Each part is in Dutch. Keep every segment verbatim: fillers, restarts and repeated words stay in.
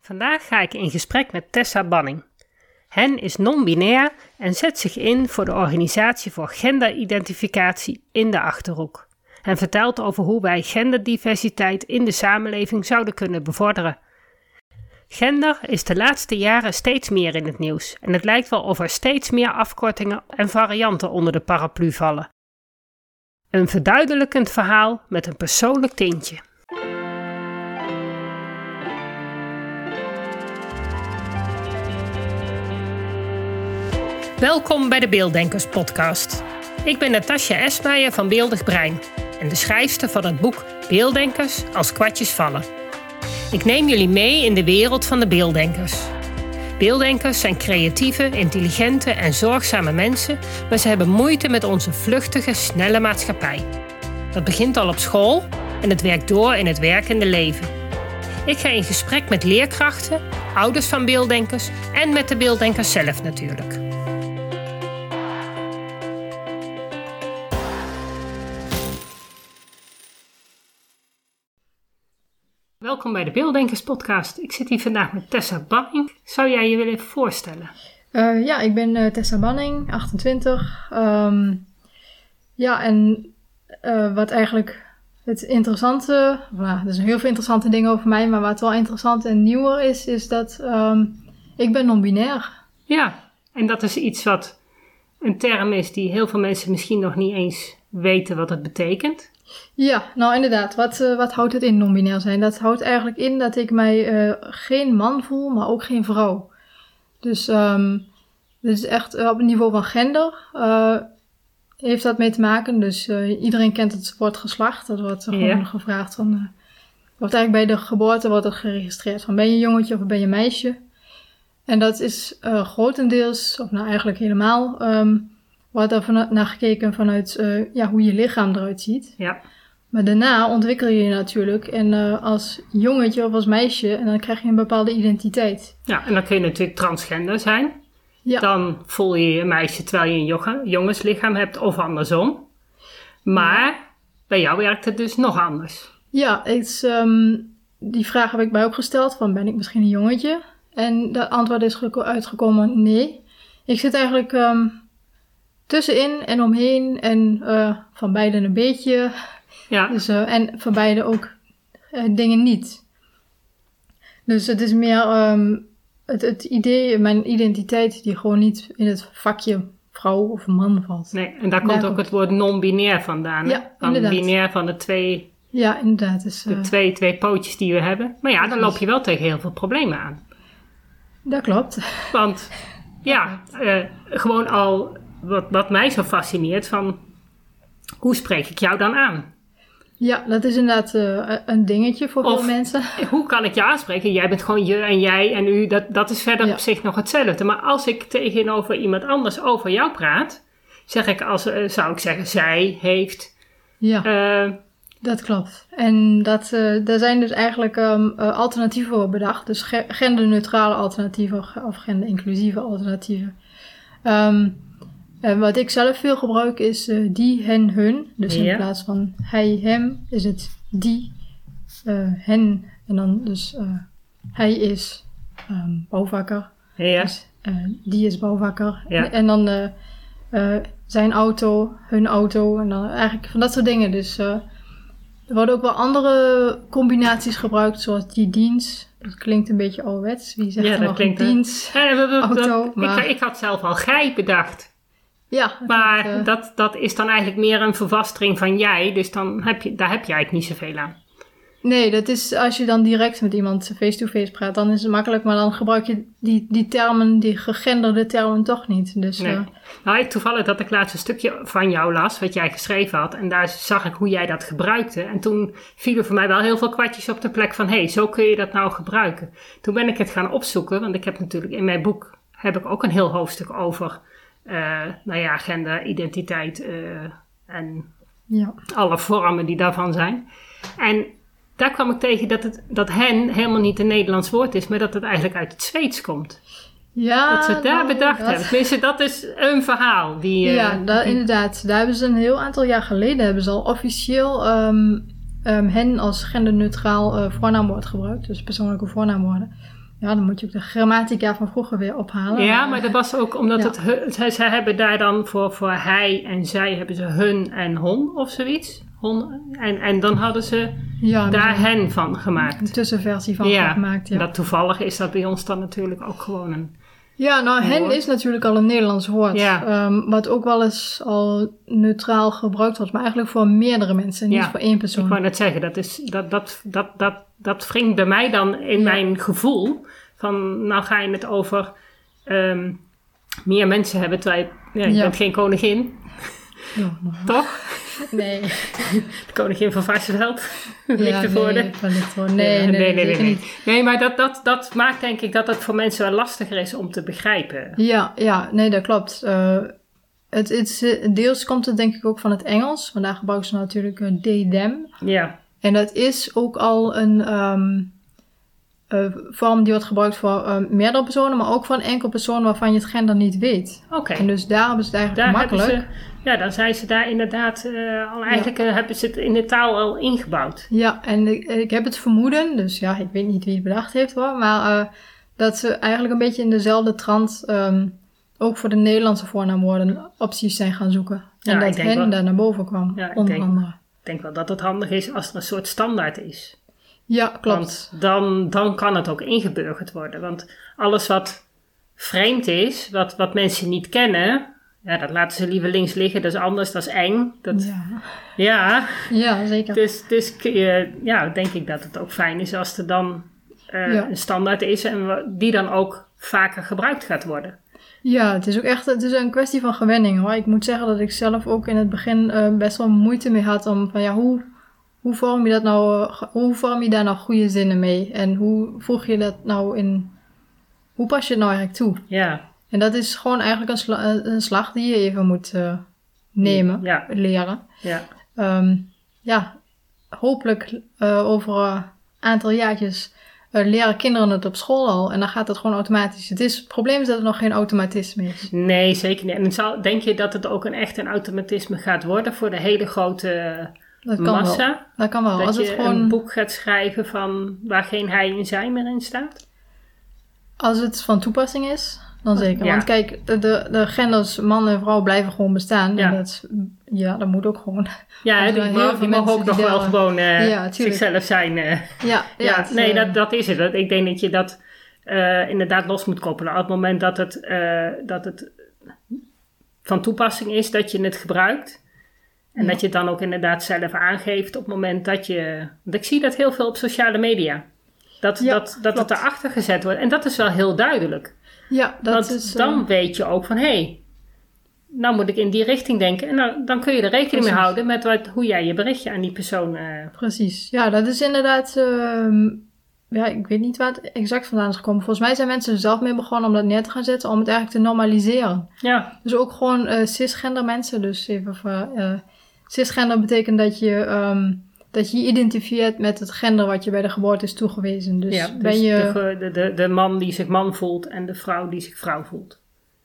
Vandaag ga ik in gesprek met Tessa Banning. Hen is non-binair en zet zich in voor de Organisatie voor Genderidentificatie in de Achterhoek. En vertelt over hoe wij genderdiversiteit in de samenleving zouden kunnen bevorderen. Gender is de laatste jaren steeds meer in het nieuws en het lijkt wel of er steeds meer afkortingen en varianten onder de paraplu vallen. Een verduidelijkend verhaal met een persoonlijk tintje. Welkom bij de Beelddenkers podcast. Ik ben Natasja Esmeijer van Beeldig Brein en de schrijfster van het boek Beelddenkers als kwartjes vallen. Ik neem jullie mee in de wereld van de beelddenkers. Beelddenkers zijn creatieve, intelligente en zorgzame mensen, maar ze hebben moeite met onze vluchtige, snelle maatschappij. Dat begint al op school en het werkt door in het werkende leven. Ik ga in gesprek met leerkrachten, ouders van beelddenkers en met de beelddenkers zelf natuurlijk. Welkom bij de Beelddenkers podcast. Ik zit hier vandaag met Tessa Banning. Zou jij je willen even voorstellen? Uh, ja, ik ben uh, Tessa Banning, achtentwintig. Um, ja, en uh, wat eigenlijk het interessante... Nou, er zijn heel veel interessante dingen over mij, maar wat wel interessant en nieuwer is, is dat um, ik ben non-binair. Ja, en dat is iets wat een term is die heel veel mensen misschien nog niet eens weten wat het betekent. Ja, nou inderdaad. Wat, uh, wat houdt het in non-binair zijn? Dat houdt eigenlijk in dat ik mij uh, geen man voel, maar ook geen vrouw. Dus um, dit is echt uh, op het niveau van gender uh, heeft dat mee te maken. Dus uh, iedereen kent het woord geslacht. Dat wordt gewoon ja. gevraagd van... Uh, wordt eigenlijk bij de geboorte wordt het geregistreerd van ben je een jongetje of ben je een meisje? En dat is uh, grotendeels, of nou eigenlijk helemaal... Um, wordt daar van, naar gekeken vanuit uh, ja, hoe je lichaam eruit ziet. Ja. Maar daarna ontwikkel je je natuurlijk en uh, als jongetje of als meisje en dan krijg je een bepaalde identiteit. Ja, en dan kun je natuurlijk transgender zijn. Ja. Dan voel je je een meisje terwijl je een jongen, jongenslichaam hebt of andersom. Maar ja. Bij jou werkt het dus nog anders. Ja, het, um, die vraag heb ik mij ook gesteld van ben ik misschien een jongetje? En dat antwoord is geko- uitgekomen nee. Ik zit eigenlijk... Um, tussenin en omheen en uh, van beide een beetje. Ja. Dus, uh, en van beide ook uh, dingen niet. Dus het is meer um, het, het idee, mijn identiteit die gewoon niet in het vakje vrouw of man valt. Nee, en daar komt daar ook komt. Het woord non-binair vandaan. Ja, van inderdaad. Binair van de twee, ja, inderdaad. Dus, uh, de twee, twee pootjes die we hebben. Maar ja, dan loop je wel tegen heel veel problemen aan. Dat klopt. Want ja, uh, gewoon al... Wat, wat mij zo fascineert van, hoe spreek ik jou dan aan? Ja, dat is inderdaad uh, een dingetje voor of, veel mensen. Hoe kan ik je aanspreken? Jij bent gewoon je en jij en u, dat, dat is verder ja. op zich nog hetzelfde. Maar als ik tegenover iemand anders over jou praat, zeg ik als, uh, zou ik zeggen, zij heeft... Ja, uh, dat klopt. En dat, uh, daar zijn dus eigenlijk um, uh, alternatieven voor bedacht. Dus ge- genderneutrale alternatieven of genderinclusieve alternatieven. Um, En wat ik zelf veel gebruik is uh, die, hen, hun. Dus in ja. plaats van hij, hem is het die, uh, hen. En dan dus uh, hij is um, bouwvakker. Ja. Dus, uh, die is bouwvakker. Ja. En, en dan uh, uh, zijn auto, hun auto. En dan eigenlijk van dat soort dingen. Dus uh, er worden ook wel andere combinaties gebruikt. Zoals die dienst. Dat klinkt een beetje ouderwets. Wie zegt ja, er dat nog klinkt een dienst, ja, dat, dat, auto. Dat, maar... ik, ik had zelf al gij bedacht. Ja, maar dat, uh, dat, dat is dan eigenlijk meer een vervastering van jij. Dus dan heb je, daar heb je eigenlijk niet zoveel aan. Nee, dat is als je dan direct met iemand face-to-face praat, dan is het makkelijk. Maar dan gebruik je die, die termen, die gegenderde termen toch niet. Dus, nee. uh, nou, ik toevallig dat ik laatst een stukje van jou las, wat jij geschreven had. En daar zag ik hoe jij dat gebruikte. En toen vielen voor mij wel heel veel kwartjes op de plek van... hé, hey, zo kun je dat nou gebruiken. Toen ben ik het gaan opzoeken, want ik heb natuurlijk in mijn boek... heb ik ook een heel hoofdstuk over... Uh, nou ja, gender, identiteit uh, en ja. alle vormen die daarvan zijn. En daar kwam ik tegen dat, het, dat hen helemaal niet een Nederlands woord is, maar dat het eigenlijk uit het Zweeds komt. Ja, dat ze het daar nou, bedacht dat... hebben. Tenminste, dat is een verhaal. Die, uh, ja, dat, die... inderdaad. Daar hebben ze een heel aantal jaar geleden hebben ze al officieel um, um, hen als genderneutraal uh, voornaamwoord gebruikt. Dus persoonlijke voornaamwoorden. ja, dan moet je ook de grammatica van vroeger weer ophalen. Ja, maar dat was ook omdat Ja. het... hun- Zij, zij hebben daar dan voor, voor hij en zij hebben ze hun en hon of zoiets. Hon, en, en dan hadden ze Ja, daar dus hen van een gemaakt. tussenversie van Ja, gemaakt. Ja, dat toevallig is dat bij ons dan natuurlijk ook gewoon een... ja nou, hen woord. is natuurlijk al een Nederlands woord. Ja. Ehm, wat ook wel eens al neutraal gebruikt wordt. Maar eigenlijk voor meerdere mensen, niet Ja, voor één persoon. Ik wou net zeggen, dat, is, dat, dat, dat, dat, dat wringt bij mij dan in Ja. mijn gevoel. Van, nou ga je het over ehm, meer mensen hebben, terwijl je, ja, je Ja. bent geen koningin, Ja, nou, toch? nee. De koningin van Varsseveld, Lichtenvoorde. nee, van Lichtenvoorde. Nee, Ja, nee, nee, nee, zeker nee. niet. Nee, maar dat, dat, dat maakt denk ik dat het voor mensen wel lastiger is om te begrijpen. Ja, ja, nee, dat klopt. Eh, het, het, is- deels komt het denk ik ook van het Engels. Vandaag gebruiken ze natuurlijk uh, they, them. Ja, En dat is ook al een ehm, eh, vorm die wordt gebruikt voor eh, meerdere personen, maar ook voor een enkel persoon waarvan je het gender niet weet. oké. En dus daarom is het eigenlijk Daar hebben makkelijk. ze, ja, dan zijn ze daar inderdaad eh, al eigenlijk eh, hebben ze het in de taal al ingebouwd. Ja, en ik, ik heb het vermoeden, dus ja, ik weet niet wie het bedacht heeft hoor, maar eh, dat ze eigenlijk een beetje in dezelfde trant ehm, ook voor de Nederlandse voornaamwoorden opties zijn gaan zoeken. Ja, en ik dat denk hen wel. daar naar boven kwam, Ja, ik onder denk- andere. Ik denk wel dat het handig is als er een soort standaard is. Ja, klopt. Want dan, dan kan het ook ingeburgerd worden. Want alles wat vreemd is, wat, wat mensen niet kennen, ja, dat laten ze liever links liggen. Dat is anders, dat is eng. Dat, ja. Ja. ja, zeker. Dus, dus kun je, ja, denk ik dat het ook fijn is als er dan uh, Ja. een standaard is en wa- die dan ook vaker gebruikt gaat worden. Ja, het is ook echt het is een kwestie van gewenning hoor. Ik moet zeggen dat ik zelf ook in het begin eh, best wel moeite mee had om van ja, hoe, hoe vorm je dat nou, eh, ge- hoe vorm je daar nou goede zinnen mee? En hoe voeg je dat nou in, hoe pas je het nou eigenlijk toe? Ja, En dat is gewoon eigenlijk een, sla- een slag die je even moet eh, nemen, Ja. leren. ja, Ehm, ja, hopelijk eh, over een aantal jaartjes eh, leren kinderen het op school al. En dan gaat het gewoon automatisch. Het, is, het probleem is dat er nog geen automatisme is. nee, zeker niet. En het zal, denk je dat het ook een echt een automatisme gaat worden voor de hele grote Dat kan massa? wel. Dat kan wel. Dat Als je het gewoon, een boek gaat schrijven van waar geen hij en zij meer in staat? als het van toepassing is, dan zeker. Ja. Want kijk, de, de genders man en vrouw blijven gewoon bestaan. Ja. En dat, ja, dat moet ook gewoon. Ja, Er hè, zijn die, heel mo- die veel mogen mensen ook nog die wel daar- gewoon eh, Ja, tuurlijk. zichzelf zijn. eh. Ja, Ja, het, nee, eh, dat, dat is het. Dat- Ik denk dat je dat eh, inderdaad los moet koppelen. Op het moment dat het, eh, dat het van toepassing is, dat je het gebruikt. En Ja. dat je het dan ook inderdaad zelf aangeeft op het moment dat je... Want ik zie dat heel veel op sociale media. Dat, Ja, dat, dat het klopt. erachter gezet wordt. En dat is wel heel duidelijk. Ja, dat Want is... eh, dan weet je ook van, hé, hey, nou moet ik in die richting denken. En dan, dan kun je er rekening mee Precies. houden met wat, hoe jij je berichtje aan die persoon... eh, Precies. Ja, dat is inderdaad... ehm, ja, ik weet niet waar het exact vandaan is gekomen. Volgens mij zijn mensen er zelf mee begonnen om dat neer te gaan zetten. Om het eigenlijk te normaliseren. ja, Dus ook gewoon eh, cisgender mensen. Dus even voor... eh, cisgender betekent dat je... ehm, dat je je identifieert met het gender wat je bij de geboorte is toegewezen. Dus, ja, dus ben je... de, ge- de, de, de man die zich man voelt en de vrouw die zich vrouw voelt.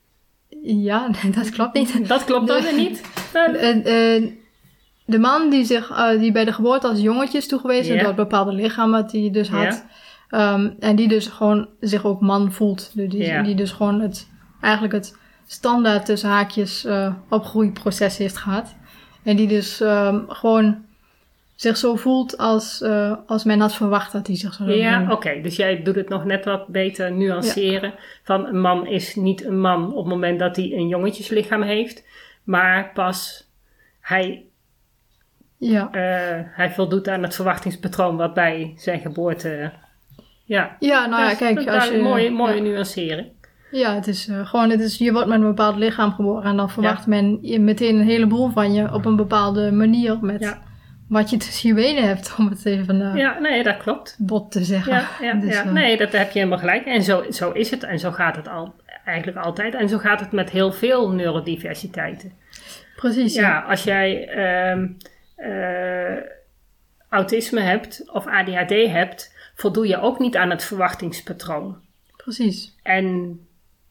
Ja, nee, dat klopt niet. Dat klopt dan weer niet. Eh, Eh, eh, de man die, zich, eh, die bij de geboorte als jongetje is toegewezen Ja. door het bepaalde lichaam wat hij dus had. Ehm, en die dus gewoon zich ook man voelt. Dus die, Ja. die dus gewoon het, eigenlijk het standaard tussen haakjes eh, opgroeiproces heeft gehad. En die dus ehm, gewoon zich zo voelt als, eh, als men had verwacht dat hij zich zou ja, voelen. oké. Dus jij doet het nog net wat beter nuanceren. Van een man is niet een man op het moment dat hij een jongetjeslichaam heeft. Maar pas hij, Ja. eh, hij voldoet aan het verwachtingspatroon wat bij zijn geboorte... Ja, Ja, nou ja, dat is- kijk, dat als is je... een mooie, mooie ja. nuancering. Ja, het is eh, gewoon, het is, je wordt met een bepaald lichaam geboren en dan verwacht men je meteen een heleboel van je op een bepaalde manier met Ja. wat je tussen je benen hebt, om het even eh, Ja, nee, dat klopt. bot te zeggen. Ja, ja, Dus, ja. eh, Nee, dat heb je helemaal gelijk. En zo, zo is het en zo gaat het al, eigenlijk altijd. En zo gaat het met heel veel neurodiversiteiten. Precies, ja. Ja, als jij ehm, eh, autisme hebt of A D H D hebt, voldoe je ook niet aan het verwachtingspatroon. Precies. En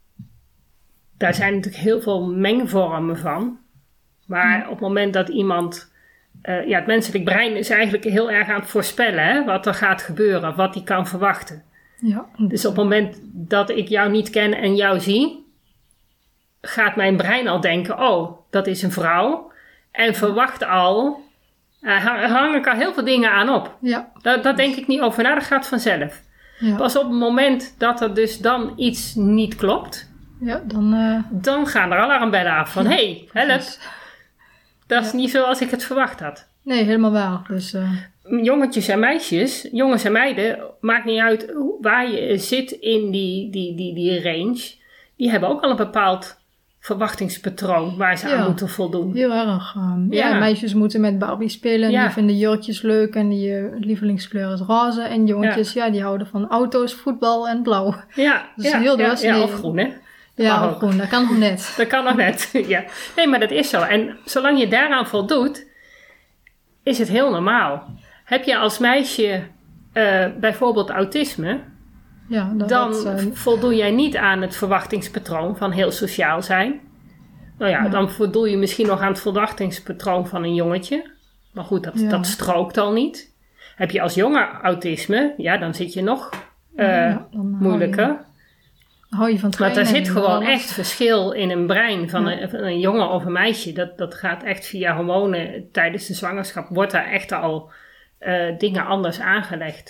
daar zijn natuurlijk heel veel mengvormen van. Maar Ja. op het moment dat iemand... eh, ja, het menselijk brein is eigenlijk heel erg aan het voorspellen, hè, wat er gaat gebeuren, wat hij kan verwachten. Ja. Dus op het moment dat ik jou niet ken en jou zie, gaat mijn brein al denken, oh, dat is een vrouw. En verwacht al, uh, hang ik al heel veel dingen aan op. Ja. Daar, daar denk ik niet over na, dat gaat vanzelf. Ja. Pas op het moment dat er dus dan iets niet klopt, Ja, dan... Uh... dan gaan er alarmbellen af van, hé, hey, help. Dat is ja. niet zoals ik het verwacht had. Nee, helemaal waar. Dus, uh... Jongetjes en meisjes, jongens en meiden, maakt niet uit waar je zit in die, die, die, die range. Die hebben ook al een bepaald verwachtingspatroon waar ze ja, aan moeten voldoen. Heel erg. Um, ja. ja, meisjes moeten met Barbie spelen. Ja. Die vinden jurkjes leuk en die uh, lievelingskleur is roze. En jongetjes, ja. ja, die houden van auto's, voetbal en blauw. Ja, dat is ja, heel ja, doorsnee. ja, of groen, hè? Ja, of groen. Dat kan nog net. Dat kan nog net, ja. Nee, maar dat is zo. En zolang je daaraan voldoet, is het heel normaal. Heb je als meisje uh, bijvoorbeeld autisme, ja, dat, dan dat, uh, voldoe jij niet aan het verwachtingspatroon van heel sociaal zijn. Nou ja, ja, dan voldoe je misschien nog aan het verwachtingspatroon van een jongetje. Maar goed, dat, ja. dat strookt al niet. Heb je als jongen autisme, ja, dan zit je nog uh, ja, moeilijker. Hou je, hou je van maar er zit gewoon alles. echt verschil in een brein van, ja. een, van een jongen of een meisje. Dat, dat gaat echt via hormonen tijdens de zwangerschap. Wordt daar echt al uh, dingen anders aangelegd.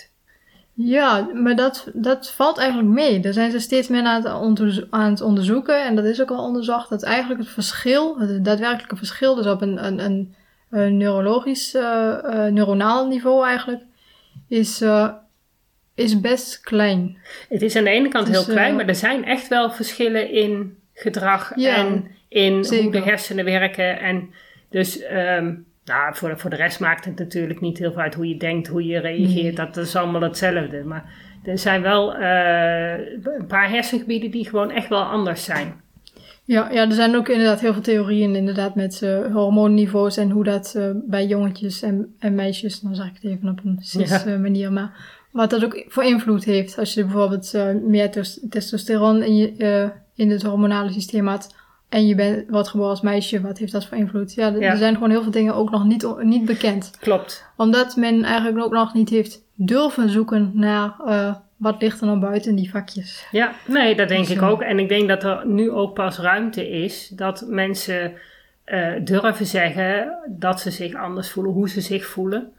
Ja, maar dat, dat valt eigenlijk mee. Daar zijn ze steeds meer aan het, onderzo- aan het onderzoeken. En dat is ook al onderzocht. Dat eigenlijk het verschil, het daadwerkelijke verschil, dus op een, een, een, een neurologisch, uh, uh, neuronaal niveau eigenlijk, is, uh, is best klein. Het is aan de ene kant dus, heel klein, uh, maar er zijn echt wel verschillen in gedrag ja, en in zeker. hoe de hersenen werken. En dus... Um, Nou, voor, voor de rest maakt het natuurlijk niet heel veel uit hoe je denkt, hoe je reageert. Nee. Dat is allemaal hetzelfde. Maar er zijn wel uh, een paar hersengebieden die gewoon echt wel anders zijn. Ja, ja, er zijn ook inderdaad heel veel theorieën inderdaad met uh, hormoonniveaus en hoe dat uh, bij jongetjes en, en meisjes, dan zeg ik het even op een cis ja. uh, manier, maar wat dat ook voor invloed heeft. Als je bijvoorbeeld uh, meer tes- testosteron in, je, uh, in het hormonale systeem had, en je bent wat geboren als meisje, wat heeft dat voor invloed? Ja, d- ja, er zijn gewoon heel veel dingen ook nog niet, niet bekend. Klopt. Omdat men eigenlijk ook nog niet heeft durven zoeken naar uh, wat ligt er nou buiten die vakjes. Ja, nee, dat denk dus, ik ook. En ik denk dat er nu ook pas ruimte is dat mensen uh, durven zeggen dat ze zich anders voelen, hoe ze zich voelen.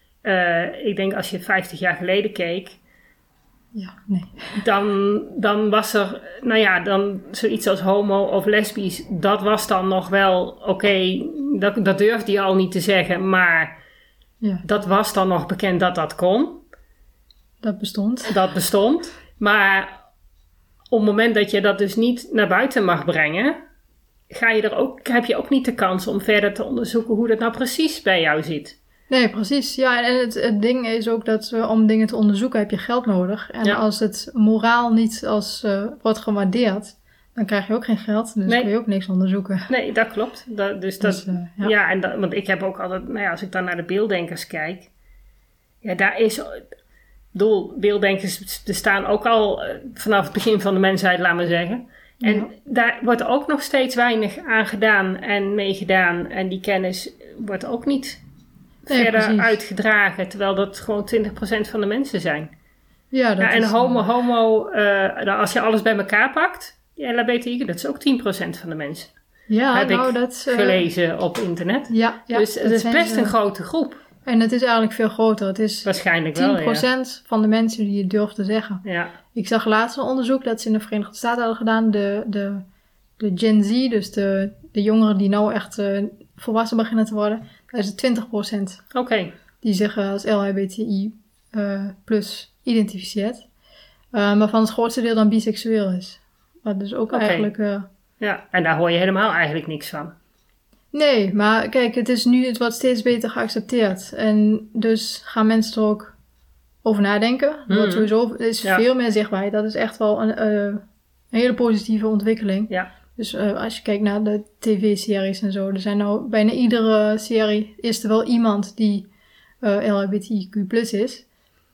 Uh, ik denk als je vijftig jaar geleden keek, Ja, nee. Dan, dan was er, nou ja, dan zoiets als homo of lesbisch, dat was dan nog wel oké, okay, dat, dat durfde je al niet te zeggen, maar ja. dat was dan nog bekend dat dat kon. Dat bestond. Dat bestond. Maar op het moment dat je dat dus niet naar buiten mag brengen, ga je er ook, heb je ook niet de kans om verder te onderzoeken hoe dat nou precies bij jou zit. Nee, precies. Ja, en het, het ding is ook dat uh, om dingen te onderzoeken heb je geld nodig. En ja. als het moraal niet als uh, wordt gewaardeerd, dan krijg je ook geen geld. Dus nee. kun je ook niks onderzoeken. Nee, dat klopt. Dat, dus dat, dus, uh, ja. ja, en dat, want ik heb ook altijd, nou ja, als ik dan naar de beelddenkers kijk, ja, daar is, bedoel, beelddenkers bestaan ook al uh, vanaf het begin van de mensheid, laat maar zeggen. En ja. daar wordt ook nog steeds weinig aan gedaan en mee gedaan. En die kennis wordt ook niet Nee, verder precies. uitgedragen, terwijl dat gewoon twintig procent van de mensen zijn. Ja, dat ja, en is, homo, homo uh, als je alles bij elkaar pakt, die L H B T I, dat is ook tien procent van de mensen. Ja, heb nou, ik dat, uh, gelezen op internet. Ja, ja, dus het is best ze, een grote groep. En het is eigenlijk veel groter. Het is waarschijnlijk tien procent wel, ja. van de mensen die het durft te zeggen. Ja. Ik zag laatst een onderzoek dat ze in de Verenigde Staten hadden gedaan. De, de, de Gen Z, dus de, de jongeren die nou echt uh, volwassen beginnen te worden, dat is het twintig procent. Oké. Okay. Die zich als L H B T I uh, plus identificeert. Uh, maar van het grootste deel dan biseksueel is. Wat dus ook okay. eigenlijk... Uh, ja, en daar hoor je helemaal eigenlijk niks van. Nee, maar kijk, het is nu, het wordt steeds beter geaccepteerd. En dus gaan mensen er ook over nadenken. Mm. Dat sowieso is ja. veel meer zichtbaarheid. Dat is echt wel een, uh, een hele positieve ontwikkeling. Ja. Dus uh, als je kijkt naar de tv-series en zo. Er zijn nou bijna iedere serie is er wel iemand die uh, L H B T I Q plus is.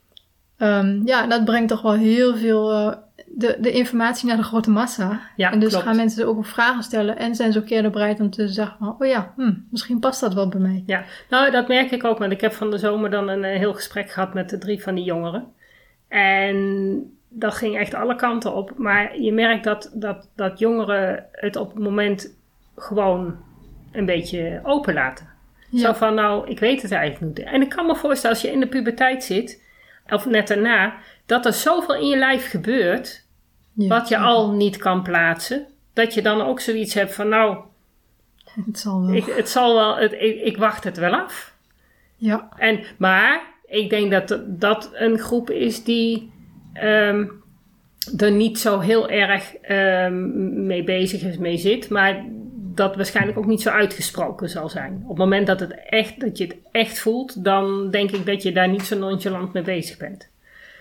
Um, ja, dat brengt toch wel heel veel uh, de, de informatie naar de grote massa. Ja, en dus klopt. gaan mensen ook vragen stellen. En zijn ze ook eerder bereid om te zeggen van, oh ja, hm, misschien past dat wel bij mij. Ja, nou dat merk ik ook. Want ik heb van de zomer dan een, een heel gesprek gehad met de drie van die jongeren. En dat ging echt alle kanten op. Maar je merkt dat, dat, dat jongeren het op het moment gewoon een beetje openlaten. Ja. Zo van, nou, ik weet het eigenlijk niet. En ik kan me voorstellen, als je in de puberteit zit, of net daarna, dat er zoveel in je lijf gebeurt, ja, wat je ja. al niet kan plaatsen, dat je dan ook zoiets hebt van, nou, het zal wel. Ik, het zal wel het, ik, ik wacht het wel af. Ja. En, maar ik denk dat dat een groep is die um, er niet zo heel erg um, mee bezig is, mee zit, maar dat waarschijnlijk ook niet zo uitgesproken zal zijn. Op het moment dat, het echt, dat je het echt voelt, dan denk ik dat je daar niet zo nonchalant mee bezig bent.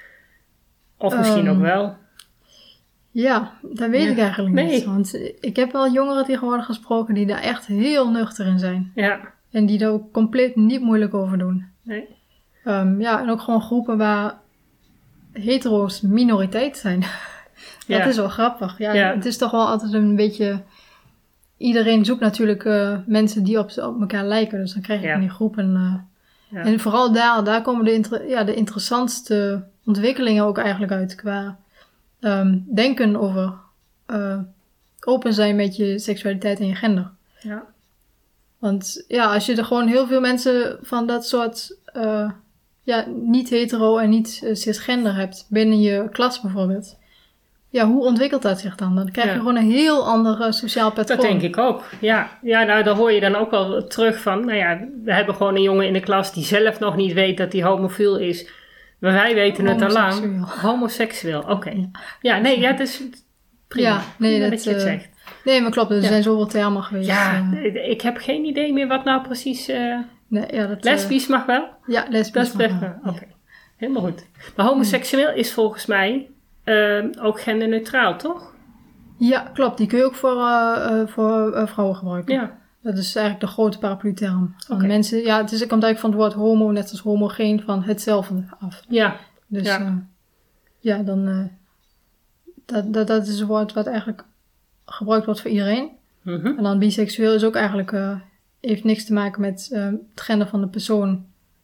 Of misschien um, ook wel. Ja, dat weet ja. ik eigenlijk nee. niet. Want ik heb wel jongeren tegenwoordig gesproken die daar echt heel nuchter in zijn. Ja. En die daar ook compleet niet moeilijk over doen. Nee. Um, ja, en ook gewoon groepen waar hetero's minoriteit zijn. Dat ja. is wel grappig. Ja, ja. Het is toch wel altijd een beetje... Iedereen zoekt natuurlijk uh, mensen die op, op elkaar lijken. Dus dan krijg je ja. van die groepen. Uh, ja. En vooral daar, daar komen de, inter- ja, de interessantste ontwikkelingen ook eigenlijk uit. Qua um, denken over uh, open zijn met je seksualiteit en je gender. Ja. Want ja, als je er gewoon heel veel mensen van dat soort uh, ja, niet hetero en niet uh, cisgender hebt binnen je klas bijvoorbeeld. Ja, hoe ontwikkelt dat zich dan? Dan krijg je ja. gewoon een heel ander uh, sociaal patroon. Dat denk ik ook. Ja, ja, nou daar hoor je dan ook wel terug van. Nou ja, we hebben gewoon een jongen in de klas die zelf nog niet weet dat hij homofiel is. Maar wij weten het al lang. Homoseksueel, oké. Okay. Ja. ja, nee, ja, het is prima. Ja, nee, dat, dat je het uh, zegt. Nee, maar klopt, er ja. zijn zoveel termen geweest. Ja, uh, ik heb geen idee meer wat nou precies... Uh, nee, ja, dat, lesbisch mag wel? Ja, lesbisch dat mag wel. Oké, okay. Helemaal goed. Maar homoseksueel is volgens mij... Uh, ook genderneutraal, toch? Ja, klopt. Die kun je ook voor, uh, uh, voor uh, vrouwen gebruiken. Ja. Dat is eigenlijk de grote paraplu-term. Okay. Mensen, ja, het, is, het komt eigenlijk van het woord homo, net als homogeen, van hetzelfde af. Ja. Dus ja, uh, ja dan... Uh, dat, dat, dat is een woord wat eigenlijk gebruikt wordt voor iedereen. Mm-hmm. En dan biseksueel is ook eigenlijk... Uh, heeft niks te maken met uh, het gender van de persoon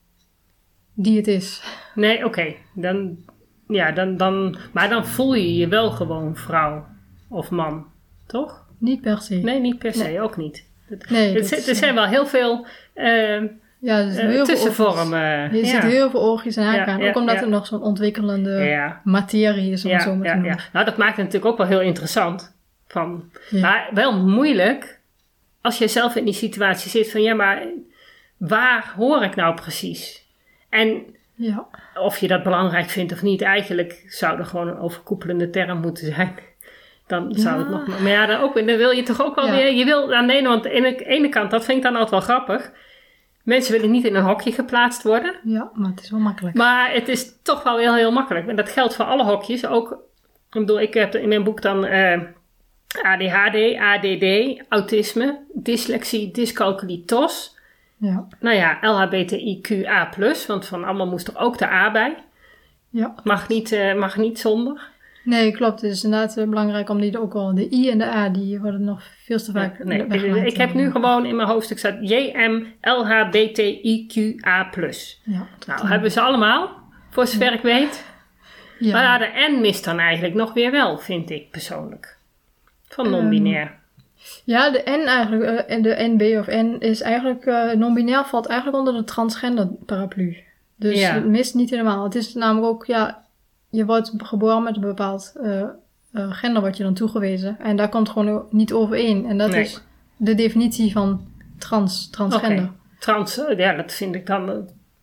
die het is. Nee, oké. Okay. Dan... Ja, dan, dan, maar dan voel je je wel gewoon vrouw of man, toch? Niet per se. Nee, niet per se, nee. Ook niet. Het, nee, het, het, er zijn wel heel veel uh, ja, er zijn heel uh, tussenvormen. Er ja. zitten heel veel oogjes en haken aan. Ja, ja, ook omdat ja. het nog zo'n ontwikkelende ja. materie is, om ja, het zo maar ja, te noemen. Ja. Nou, dat maakt het natuurlijk ook wel heel interessant. Van, ja. Maar wel moeilijk als je zelf in die situatie zit van... Ja, maar waar hoor ik nou precies? En... Ja. Of je dat belangrijk vindt of niet. Eigenlijk zou er gewoon een overkoepelende term moeten zijn. Dan ja. zou het nog... Maar ja, dan, ook, dan wil je toch ook wel ja. weer... Je wil aan de ene, want aan de ene kant, dat vind ik dan altijd wel grappig. Mensen willen niet in een hokje geplaatst worden. Ja, maar het is wel makkelijk. Maar het is toch wel heel, heel makkelijk. En dat geldt voor alle hokjes. Ook, ik bedoel, ik heb in mijn boek dan uh, A D H D, A D D, autisme, dyslexie, dyscalculie, T O S... Ja. Nou ja, L H B T I Q A plus, want van allemaal moest er ook de A bij. Ja. Mag niet, uh, mag niet zonder. Nee, klopt. Het is inderdaad uh, belangrijk om die ook wel, de I en de A, die worden nog veel te vaak ja, nee, weggelaten. Ik heb nu gewoon in mijn hoofdstuk staat J M L H B T I Q A plus. Ja, nou, dan. Hebben ze allemaal, voor zover ja. ik weet. Ja. Maar de N mist dan eigenlijk nog weer wel, vind ik persoonlijk. Van non-binair. Um, Ja, de N eigenlijk, uh, de N B of N is eigenlijk, uh, non-binair valt eigenlijk onder de transgender paraplu. Dus ja. het mist niet helemaal. Het is namelijk ook, ja, je wordt geboren met een bepaald uh, uh, gender wat je dan toegewezen. En daar komt gewoon niet overeen. En dat nee. is de definitie van trans, transgender. Okay. Trans, ja, dat vind ik dan, uh,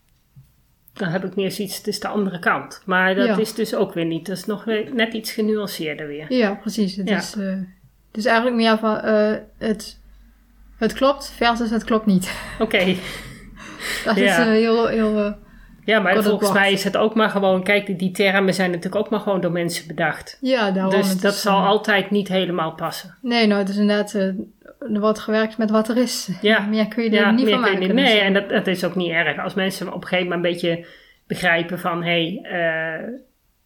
dan heb ik meer zoiets, het is de andere kant. Maar dat ja. is dus ook weer niet, dat is nog weer, net iets genuanceerder weer. Ja, precies. Het ja. is... Uh, Het is eigenlijk meer van uh, het, het klopt versus het klopt niet. Oké. Okay. Dat ja. is uh, heel... heel uh, ja, maar volgens mij is het ook maar gewoon... Kijk, die, die termen zijn natuurlijk ook maar gewoon door mensen bedacht. Ja, daarom. Dus dat is, zal uh, altijd niet helemaal passen. Nee, nou, het is inderdaad... Uh, er wordt gewerkt met wat er is. Ja. Meer kun je er ja, niet van maken. Niet, nee, dus. En dat, dat is ook niet erg. Als mensen op een gegeven moment een beetje begrijpen van... Hé, hey, uh,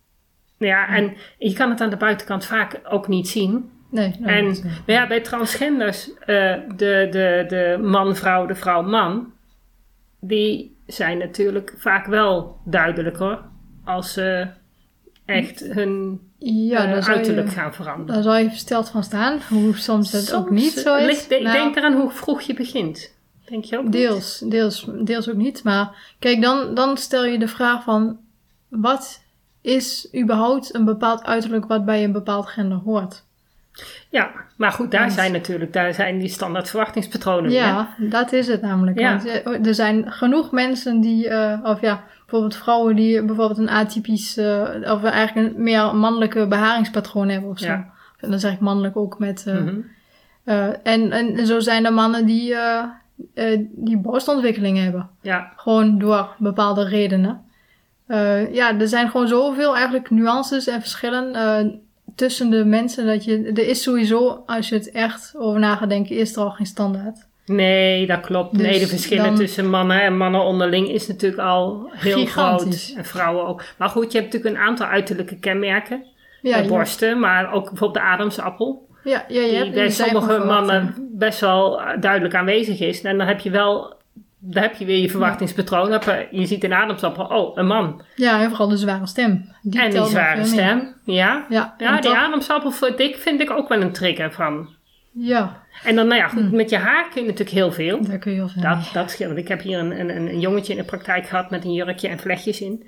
ja, en je kan het aan de buitenkant vaak ook niet zien... Nee, no, en ja, bij transgenders, uh, de, de, de man-vrouw, de vrouw-man, die zijn natuurlijk vaak wel duidelijker als ze echt hun ja, uh, uiterlijk je, gaan veranderen. Daar zou je versteld van staan, hoe soms het soms ook niet zo is. Ligt, de, nou, ik denk eraan hoe vroeg je begint. Denk je ook deels, niet? Deels, deels ook niet. Maar kijk, dan, dan stel je de vraag van... Wat is überhaupt een bepaald uiterlijk wat bij een bepaald gender hoort? Ja, maar goed, daar want, zijn natuurlijk daar zijn die standaard verwachtingspatronen. Ja, hè? Dat is het namelijk. Ja. Want er zijn genoeg mensen die... Uh, of ja, bijvoorbeeld vrouwen die bijvoorbeeld een atypisch... Uh, of eigenlijk een meer mannelijke beharingspatroon hebben of zo. Ja. En dan zeg ik mannelijk ook met... Uh, mm-hmm. uh, en, en zo zijn er mannen die... Uh, uh, die borstontwikkeling hebben. Ja. Gewoon door bepaalde redenen. Uh, ja, er zijn gewoon zoveel eigenlijk nuances en verschillen uh, tussen de mensen. Dat je, er is sowieso, als je het echt over na gaat denken, is er al geen standaard. Nee, dat klopt. Dus nee, de verschillen dan, tussen mannen en mannen onderling is natuurlijk al heel gigantisch. groot. En vrouwen ook. Maar goed, je hebt natuurlijk een aantal uiterlijke kenmerken. Ja, bij borsten, ja. Maar ook bijvoorbeeld de Adamsappel. Ja, ja, je die hebt, bij sommige mannen best wel duidelijk aanwezig is. En dan heb je wel... Daar heb je weer je verwachtingspatroon. Je, je ziet een ademsappel, oh, een man. Ja, en vooral de zware stem. Die en die zware stem, ja. Ja, ja die toch... ademsappel vind ik, vind ik ook wel een trigger van. Ja. En dan, nou ja, goed, hm. met je haar kun je natuurlijk heel veel. Daar kun je heel veel. Dat, dat scheelt. Ik heb hier een, een, een jongetje in de praktijk gehad met een jurkje en vlechtjes in.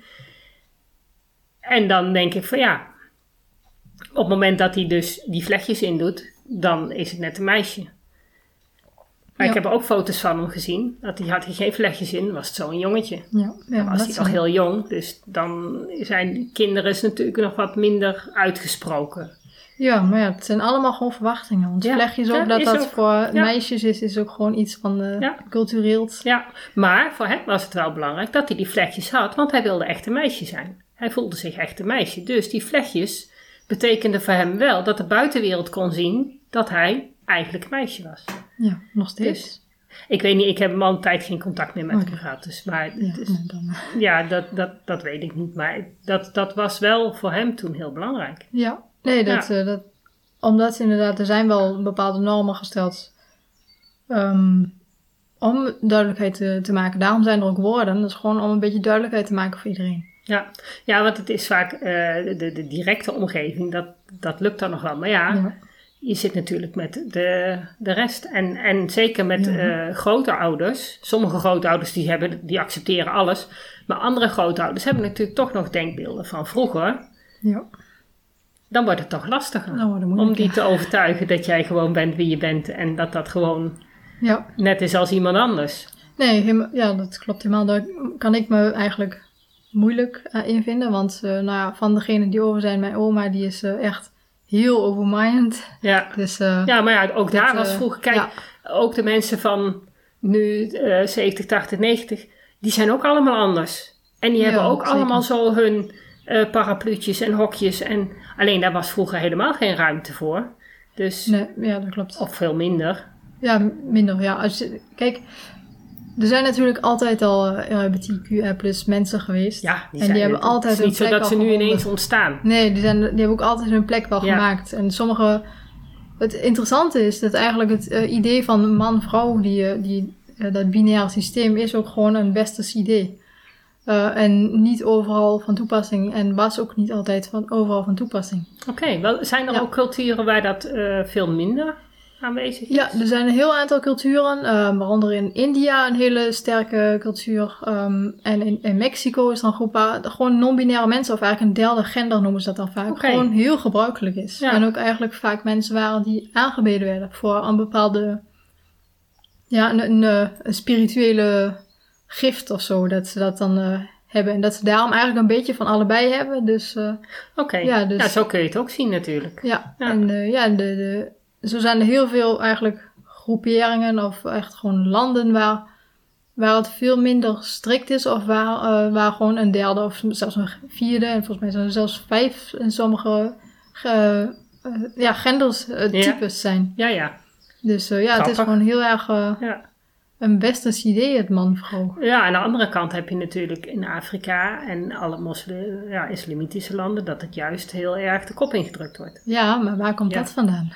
En dan denk ik van ja, op het moment dat hij dus die vlechtjes in doet, dan is het net een meisje. Maar ja. Ik heb ook foto's van hem gezien. Dat hij had hij geen vlechtjes in, was het zo een jongetje. Ja, ja, dan was hij nog heel jong. Dus dan zijn kinderen is natuurlijk nog wat minder uitgesproken. Ja, maar ja, het zijn allemaal gewoon verwachtingen. Want ja. vlechtjes ook, ja, dat dat ook, voor ja. meisjes is, is ook gewoon iets van uh, ja. cultureels. Ja, maar voor hem was het wel belangrijk dat hij die vlechtjes had. Want hij wilde echt een meisje zijn. Hij voelde zich echt een meisje. Dus die vlechtjes betekenden voor hem wel dat de buitenwereld kon zien dat hij eigenlijk een meisje was. Ja, nog steeds. Dus, ik weet niet, ik heb hem al een tijd geen contact meer met okay. hem gehad. Dus, maar ja, dus, nee, dan. ja dat, dat, dat weet ik niet. Maar dat, dat was wel voor hem toen heel belangrijk. Ja, nee, dat, ja. uh, dat, omdat inderdaad, er zijn wel bepaalde normen gesteld um, om duidelijkheid te, te maken. Daarom zijn er ook woorden. Dat is gewoon om een beetje duidelijkheid te maken voor iedereen. Ja, ja want het is vaak uh, de, de directe omgeving, dat, dat lukt dan nog wel. Maar ja... ja. Je zit natuurlijk met de, de rest. En, en zeker met ja. uh, grootouders. Sommige grootouders die, hebben, die accepteren alles. Maar andere grootouders hebben natuurlijk toch nog denkbeelden van vroeger. Ja. Dan wordt het toch lastiger. Nou, om die te overtuigen dat jij gewoon bent wie je bent. En dat dat gewoon ja. net is als iemand anders. Nee, helemaal, ja, dat klopt helemaal. Daar kan ik me eigenlijk moeilijk uh, in vinden. Want uh, nou ja, van degenen die over zijn, mijn oma, die is uh, echt... heel open-minded. Ja. Dus, uh, ja, maar ja, ook daar dat, was vroeger... Kijk, ja. ook de mensen van nu uh, zeventig, tachtig, negentig... die zijn ook allemaal anders. En die ja, hebben ook zeker. allemaal zo hun uh, parapluutjes en hokjes. En, alleen daar was vroeger helemaal geen ruimte voor. Dus, nee, ja, dat klopt. Of veel minder. Ja, minder. Ja. Als je, kijk... Er zijn natuurlijk altijd al uh, L G B T Q I plus mensen geweest. Ja, die en die hebben het, altijd het is niet zo dat ze nu gevonden. ineens ontstaan. Nee, die, zijn, die hebben ook altijd hun plek wel ja. gemaakt. En sommige... Het interessante is dat eigenlijk het uh, idee van man-vrouw, die, uh, die, uh, dat binaire systeem, is ook gewoon een westers idee. Uh, en niet overal van toepassing. En was ook niet altijd van overal van toepassing. Oké, okay, wel zijn er ja. ook culturen waar dat uh, veel minder... aanwezig is? Ja, er zijn een heel aantal culturen, uh, waaronder in India een hele sterke cultuur. Um, en in, in Mexico is er een groep waar gewoon non-binaire mensen, of eigenlijk een derde gender noemen ze dat dan vaak, okay. gewoon heel gebruikelijk is. Ja. En ook eigenlijk vaak mensen waren die aangebeden werden voor een bepaalde, ja, een, een, een spirituele gift of zo, dat ze dat dan uh, hebben. En dat ze daarom eigenlijk een beetje van allebei hebben. Dus, uh, Oké, okay. ja, dus, ja, zo kun je het ook zien natuurlijk. Ja, ja. en uh, ja, de... de Zo zijn er heel veel eigenlijk groeperingen of echt gewoon landen waar, waar het veel minder strikt is. Of waar, uh, waar gewoon een derde of zelfs een vierde en volgens mij zijn er zelfs vijf in sommige uh, uh, ja, genders, uh, types ja. zijn. Ja, ja. Dus uh, ja, Grappig. Het is gewoon heel erg uh, ja. een westers idee, het man-vrouw. Ja, aan de andere kant heb je natuurlijk in Afrika en alle moslim, ja, islamitische landen dat het juist heel erg de kop ingedrukt wordt. Ja, maar waar komt ja. dat vandaan?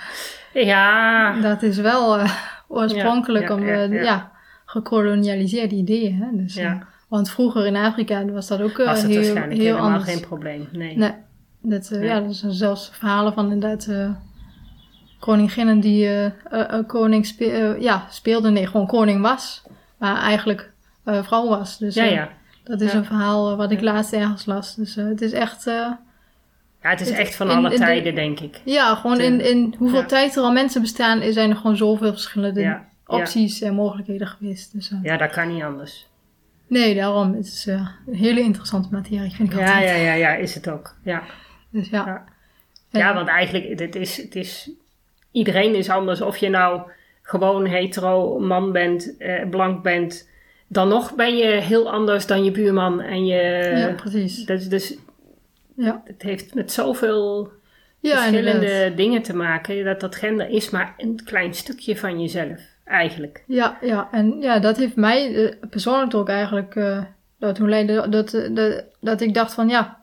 Ja. Dat is wel uh, oorspronkelijk ja, ja, om ja, ja. ja, gekolonialiseerde ideeën. Hè? Dus, ja. uh, want vroeger in Afrika was dat ook uh, was het heel, waarschijnlijk heel helemaal anders. geen probleem. Nee. nee. Dat, uh, Ja. ja, er zijn zelfs verhalen van inderdaad uh, koninginnen die uh, uh, uh, koning spe- uh, ja, speelde, nee, gewoon koning was, maar eigenlijk uh, vrouw was. Dus Ja, uh, ja. dat is Ja. een verhaal uh, wat ik Ja. laatst ergens las. Dus uh, het is echt... Uh, Ja, het is het, echt van in, alle in de, tijden, denk ik. Ja, gewoon De, in, in hoeveel ja. tijd er al mensen bestaan, zijn er gewoon zoveel verschillende Ja. opties en mogelijkheden geweest. Dus, uh, Ja, dat kan niet anders. nee, daarom. Het is uh, een hele interessante materie, vind ik Ja, altijd. ja, ja, ja, is het ook. Ja, Dus ja. ja. En- ja want eigenlijk, het is, het is, iedereen is anders. Of je nou gewoon hetero man bent, eh, blank bent, dan nog ben je heel anders dan je buurman. En je, ja, precies. dus, dus Ja, het heeft met zoveel ja verschillende inderdaad. dingen te maken. Dat dat gender is maar een klein stukje van jezelf, eigenlijk. Ja, ja, en ja, dat heeft mij uh, persoonlijk ook eigenlijk uh, daartoe leiden dat, uh, dat, dat ik dacht van ja,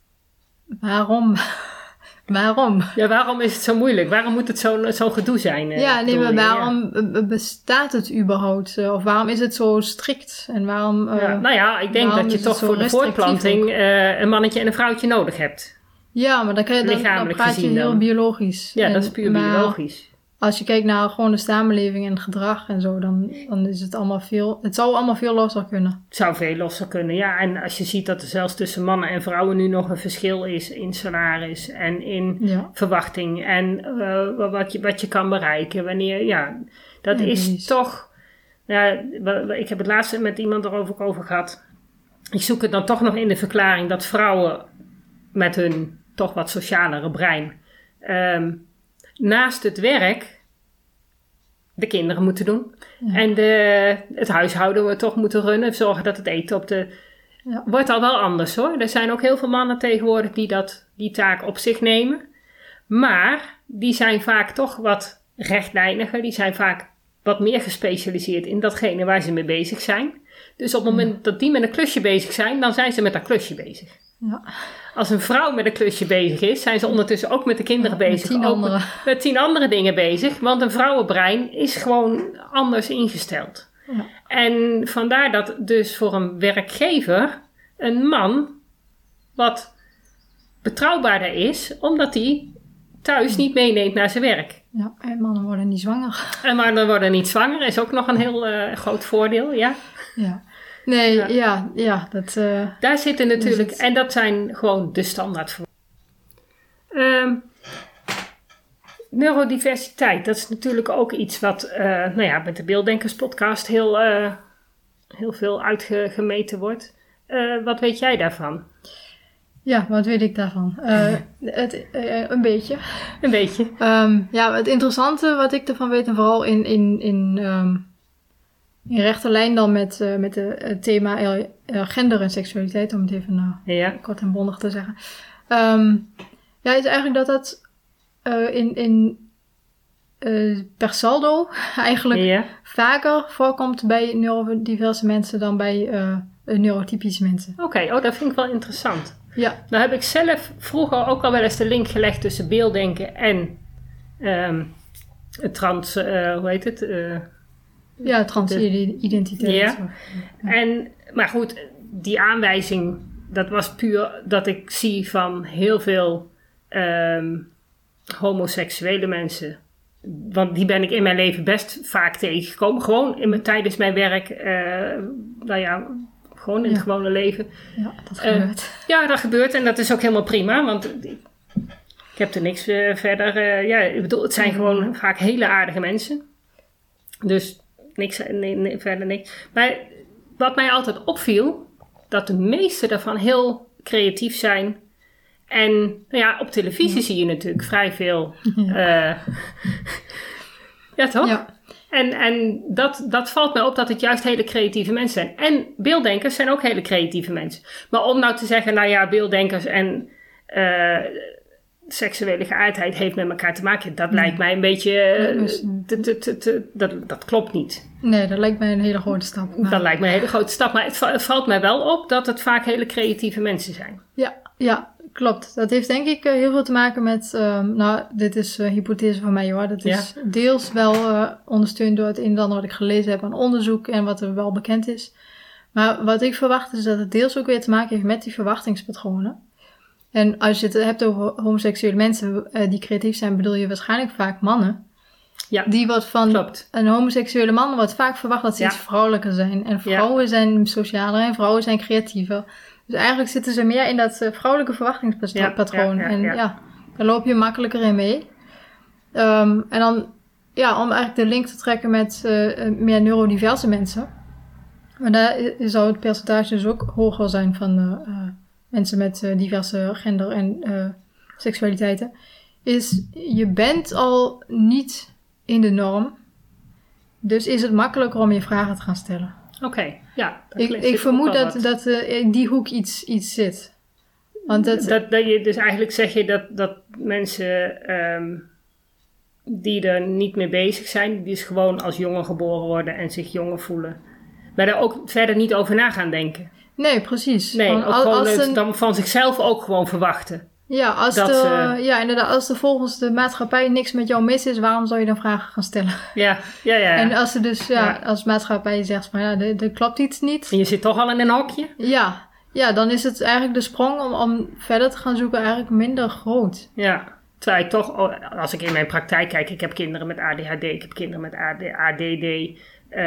waarom? waarom? Ja, waarom is het zo moeilijk? Waarom moet het zo'n zo'n gedoe zijn? eh, Ja, nee, bedoel maar je? waarom uh, bestaat het überhaupt? Uh, of waarom is het zo strikt? En waarom... Uh, Ja, nou ja, ik denk waarom dat je is het toch zo voor de restrictief voortplanting ook? uh, een mannetje en een vrouwtje nodig hebt. Ja, maar dan, kan je, dan, dan Lichamelijk praat je gezien heel dan. biologisch. Ja, En- dat is puur maar biologisch. Als je kijkt naar gewoon de samenleving en gedrag en zo, dan, dan is het allemaal veel... Het zou allemaal veel losser kunnen. Het zou veel losser kunnen, ja. En als je ziet dat er zelfs tussen mannen en vrouwen nu nog een verschil is in salaris en in Ja, verwachting en uh, wat, je, wat je kan bereiken. Wanneer, ja, dat Ja, is precies. toch... Ja, wa- wa- ik heb het laatst met iemand erover over gehad. Ik zoek het dan toch nog in de verklaring dat vrouwen met hun toch wat socialere brein um, naast het werk de kinderen moeten doen. Ja. En de, het huishouden we toch moeten runnen. Zorgen dat het eten op de... Ja. Wordt al wel anders hoor. Er zijn ook heel veel mannen tegenwoordig die dat, die taak op zich nemen. Maar die zijn vaak toch wat rechtlijniger. Die zijn vaak wat meer gespecialiseerd in datgene waar ze mee bezig zijn. Dus op het moment dat die met een klusje bezig zijn, dan zijn ze met dat klusje bezig. ja. Als een vrouw met een klusje bezig is, zijn ze ondertussen ook met de kinderen Met bezig. tien ook andere. Met, met tien andere dingen bezig. Want een vrouwenbrein is gewoon anders ingesteld. Ja. En vandaar dat dus voor een werkgever een man wat betrouwbaarder is, omdat hij thuis niet meeneemt naar zijn werk. Ja, en mannen worden niet zwanger. En maar dan worden niet zwanger, is ook nog een heel uh, groot voordeel, ja. Ja. Nee, Ja. ja, ja, dat... Uh, Daar zitten natuurlijk, het- en dat zijn gewoon de standaard voor. Um, neurodiversiteit, dat is natuurlijk ook iets wat, uh, nou ja, met de Beelddenkers podcast heel, uh, heel veel uitgemeten wordt. Uh, wat weet jij daarvan? ja, wat weet ik daarvan? Uh, het, uh, een beetje. Een beetje. Um, ja, het interessante wat ik ervan weet, en vooral in, in, in, um, in rechte lijn dan met, uh, met de, het thema uh, gender en seksualiteit, om het even uh, Ja. kort en bondig te zeggen. Um, ja, is eigenlijk dat dat uh, in, in uh, per saldo eigenlijk Ja. vaker voorkomt bij neurodiverse mensen dan bij uh, neurotypische mensen. Oké, okay. Oh, dat vind ik wel interessant. Ja, Nou heb ik zelf vroeger ook al wel eens de link gelegd tussen beelddenken en um, het trans, uh, hoe heet het? Uh, ja transidentiteit. Ja. Ja. En, maar goed, die aanwijzing, dat was puur dat ik zie van heel veel um, homoseksuele mensen. Want die ben ik in mijn leven best vaak tegengekomen. Gewoon in mijn, tijdens mijn werk, uh, nou ja, gewoon in ja. het gewone leven. Ja, dat gebeurt. Uh, ja, dat gebeurt en dat is ook helemaal prima, want ik, ik heb er niks uh, verder. Uh, ja, ik bedoel, het zijn gewoon vaak hele aardige mensen. Dus niks, nee, nee, verder niks. Maar wat mij altijd opviel, dat de meeste daarvan heel creatief zijn. En nou ja, op televisie ja. zie je natuurlijk vrij veel. Ja, uh, ja toch? Ja. En, en dat, dat valt mij op dat het juist hele creatieve mensen zijn. En beelddenkers zijn ook hele creatieve mensen. Maar om nou te zeggen, nou ja, beelddenkers en uh, seksuele geaardheid heeft met elkaar te maken. Dat nee. lijkt mij een beetje... Uh, te, te, te, te, dat, dat klopt niet. Nee, dat lijkt mij een hele grote stap. Maar... Dat lijkt mij een hele grote stap. Maar het, het valt mij wel op dat het vaak hele creatieve mensen zijn. Ja, ja. Klopt. Dat heeft denk ik uh, heel veel te maken met... Um, nou, dit is uh, hypothese van mij hoor. Dat is ja. deels wel uh, ondersteund door het een en ander wat ik gelezen heb aan onderzoek en wat er wel bekend is. Maar wat ik verwacht is dat het deels ook weer te maken heeft met die verwachtingspatronen. En als je het hebt over homoseksuele mensen uh, die creatief zijn, bedoel je waarschijnlijk vaak mannen. Ja, die wat van klopt. Een homoseksuele man wordt vaak verwacht dat ze ja. iets vrouwelijker zijn. En vrouwen ja. zijn socialer en vrouwen zijn creatiever. Dus eigenlijk zitten ze meer in dat uh, vrouwelijke verwachtingspatroon. Ja, ja, ja, en ja. ja, daar loop je makkelijker in mee. Um, en dan, ja, om eigenlijk de link te trekken met uh, meer neurodiverse mensen. Maar daar zou het percentage dus ook hoger zijn van uh, uh, mensen met uh, diverse gender en uh, seksualiteiten. Is, je bent al niet in de norm. Dus is het makkelijker om je vragen te gaan stellen. Oké, okay, ja. Ik, ik vermoed dat, dat uh, in die hoek iets, iets zit. Want dat, dat, dat je, dus eigenlijk zeg je dat, dat mensen um, die er niet mee bezig zijn, die dus gewoon als jongen geboren worden en zich jonger voelen, maar daar ook verder niet over na gaan denken. Nee, precies. Nee, ook als, gewoon als het een, dan van zichzelf ook gewoon verwachten. Ja, als dat, de, uh, ja, inderdaad, als er volgens de maatschappij niks met jou mis is, waarom zou je dan vragen gaan stellen? Ja, ja, ja. ja. En als er dus, ja, ja. als maatschappij zegt van, ja, er, er klopt iets niet. En je zit toch al in een hokje? Ja, ja, dan is het eigenlijk de sprong om, om verder te gaan zoeken eigenlijk minder groot. Ja, terwijl ik toch, als ik in mijn praktijk kijk, ik heb kinderen met A D H D, ik heb kinderen met A D D. Uh,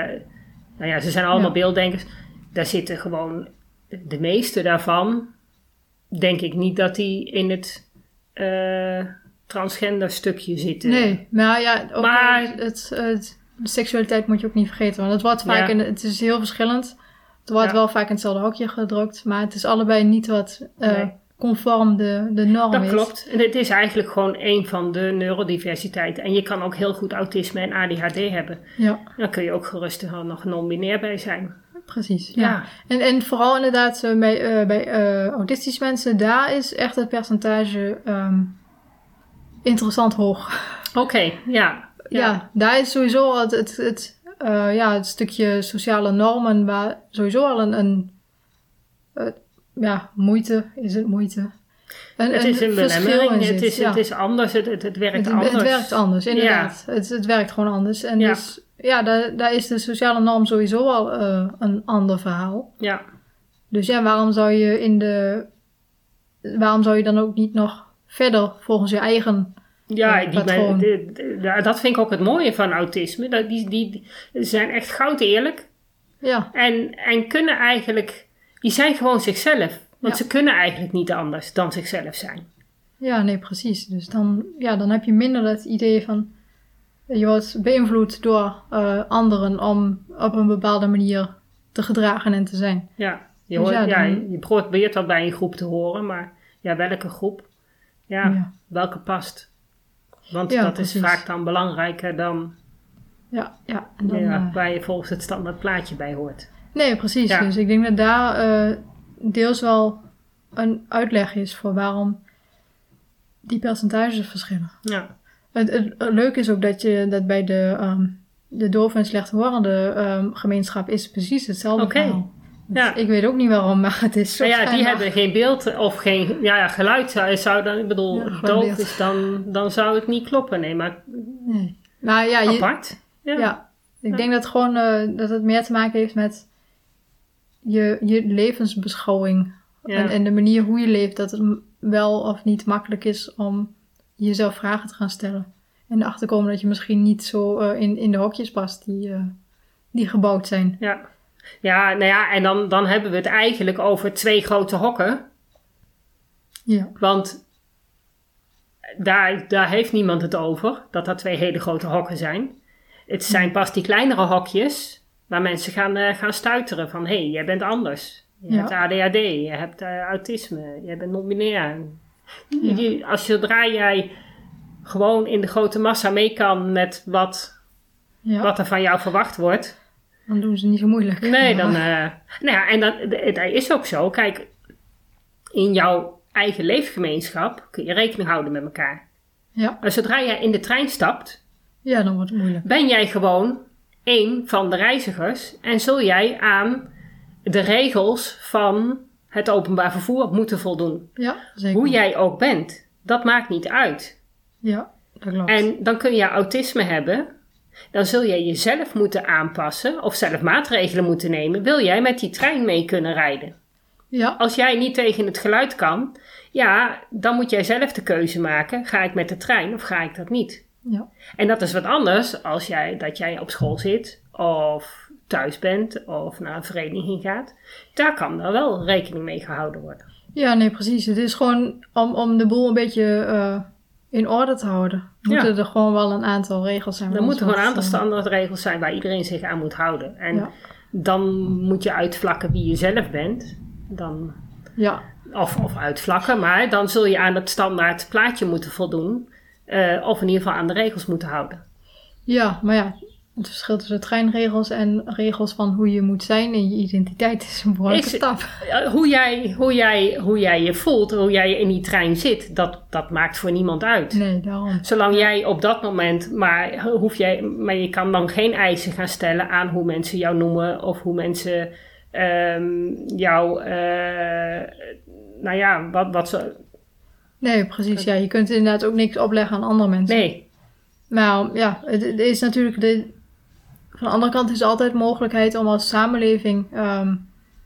nou ja, ze zijn allemaal ja. beelddenkers. Daar zitten gewoon, de meeste daarvan, denk ik niet dat die in het uh, transgender stukje zitten. Nee, maar ja, ook maar, het, het, de seksualiteit moet je ook niet vergeten. Want het wordt vaak, ja. in, het is heel verschillend. Het wordt ja. wel vaak in hetzelfde hokje gedrukt. Maar het is allebei niet wat uh, nee. conform de, de norm dat is. Dat klopt. En het is eigenlijk gewoon een van de neurodiversiteiten. En je kan ook heel goed autisme en A D H D hebben. Ja. Dan kun je ook gerust er nog non-binair bij zijn. Precies, ja. ja. En, en vooral inderdaad uh, bij, uh, bij uh, autistische mensen, daar is echt het percentage um, interessant hoog. Oké, okay, ja, ja. Ja, daar is sowieso het, het, het, uh, ja, het stukje sociale normen, waar sowieso al een, een uh, ja, moeite, is het moeite? Een, het is een belemmering, het is, ja. het is anders, het, het, het werkt het, anders. Het werkt anders, inderdaad. Ja. Het, het werkt gewoon anders. En ja. dus... Ja, daar, daar is de sociale norm sowieso al uh, een ander verhaal. Ja. Dus ja, waarom zou je in de... Waarom zou je dan ook niet nog verder volgens je eigen ja, uh, die patroon? De, de, de, dat vind ik ook het mooie van autisme. Dat die, die, die zijn echt goud eerlijk. Ja. En, en kunnen eigenlijk... Die zijn gewoon zichzelf. Want ja. ze kunnen eigenlijk niet anders dan zichzelf zijn. Ja, nee, precies. Dus dan, ja, dan heb je minder het idee van... Je wordt beïnvloed door uh, anderen om op een bepaalde manier te gedragen en te zijn. Ja, je, hoort, dus ja, ja, dan... je probeert wel bij een groep te horen, maar ja, welke groep? Ja, ja. welke past? Want ja, dat precies. is vaak dan belangrijker dan ja, ja, en dan, ja, uh... waar je volgens het standaard plaatje bij hoort. Nee, precies. Ja. Dus ik denk dat daar uh, deels wel een uitleg is voor waarom die percentages verschillen. Ja. Het, het, het leuke is ook dat je dat bij de, um, de doof en slechthorende um, gemeenschap is precies hetzelfde okay. verhaal. Dus ja. Ik weet ook niet waarom, maar het is zo. Maar ja, die hebben geen beeld of geen ja, ja, geluid. Zou, zou dan, ik bedoel, ja, doof beeld. is dan, dan zou het niet kloppen. Nee, maar nee. Maar ja, je, apart. Ja. ja, ik ja. denk dat, gewoon, uh, dat het meer te maken heeft met je, je levensbeschouwing. Ja. En, en de manier hoe je leeft. Dat het wel of niet makkelijk is om jezelf vragen te gaan stellen. En erachter komen dat je misschien niet zo uh, in, in de hokjes past die, uh, die gebouwd zijn. Ja, ja nou ja, en dan, dan hebben we het eigenlijk over twee grote hokken. Ja. Want daar, daar heeft niemand het over, dat dat twee hele grote hokken zijn. Het zijn ja. pas die kleinere hokjes waar mensen gaan, uh, gaan stuiteren van... hé, hey, jij bent anders. Je ja. hebt A D H D, je hebt uh, autisme, je bent non-binair. Ja. Je, als zodra jij... gewoon in de grote massa mee kan met wat, ja. wat er van jou verwacht wordt. Dan doen ze niet zo moeilijk. Nee, dan... Uh, nou ja, en dan, dat is ook zo. Kijk, in jouw eigen leefgemeenschap kun je rekening houden met elkaar. Ja. Maar zodra jij in de trein stapt... Ja, dan wordt het moeilijk. Ben jij gewoon één van de reizigers en zul jij aan de regels van het openbaar vervoer moeten voldoen. Ja, zeker. Hoe jij ook bent, dat maakt niet uit. Ja, dat klopt. En dan kun je autisme hebben. Dan zul je jezelf moeten aanpassen of zelf maatregelen moeten nemen. Wil jij met die trein mee kunnen rijden? Ja. Als jij niet tegen het geluid kan, ja, dan moet jij zelf de keuze maken. Ga ik met de trein of ga ik dat niet? Ja. En dat is wat anders als jij, dat jij op school zit of thuis bent of naar een vereniging gaat. Daar kan dan wel rekening mee gehouden worden. Ja, nee, precies. Het is gewoon om, om de boel een beetje uh, in orde te houden. Moeten ja. er gewoon wel een aantal regels zijn. Er moeten gewoon een aantal standaardregels zijn waar iedereen zich aan moet houden. En ja. dan moet je uitvlakken wie je zelf bent. Dan, ja. of, of uitvlakken, maar dan zul je aan het standaard plaatje moeten voldoen. Uh, of in ieder geval aan de regels moeten houden. Ja, maar ja, het verschil tussen treinregels en regels van hoe je moet zijn en je identiteit is een behoorlijke is, stap. Uh, hoe, jij, hoe, jij, hoe jij je voelt, hoe jij in die trein zit, dat, dat maakt voor niemand uit. Nee, daarom. Zolang jij op dat moment, maar, hoef jij, maar je kan dan geen eisen gaan stellen aan hoe mensen jou noemen of hoe mensen um, jou, uh, nou ja, wat, wat ze... Nee, precies. Ja, je kunt inderdaad ook niks opleggen aan andere mensen. Nee. Maar ja, het, het is natuurlijk... De, van de andere kant is er altijd mogelijkheid om als samenleving um,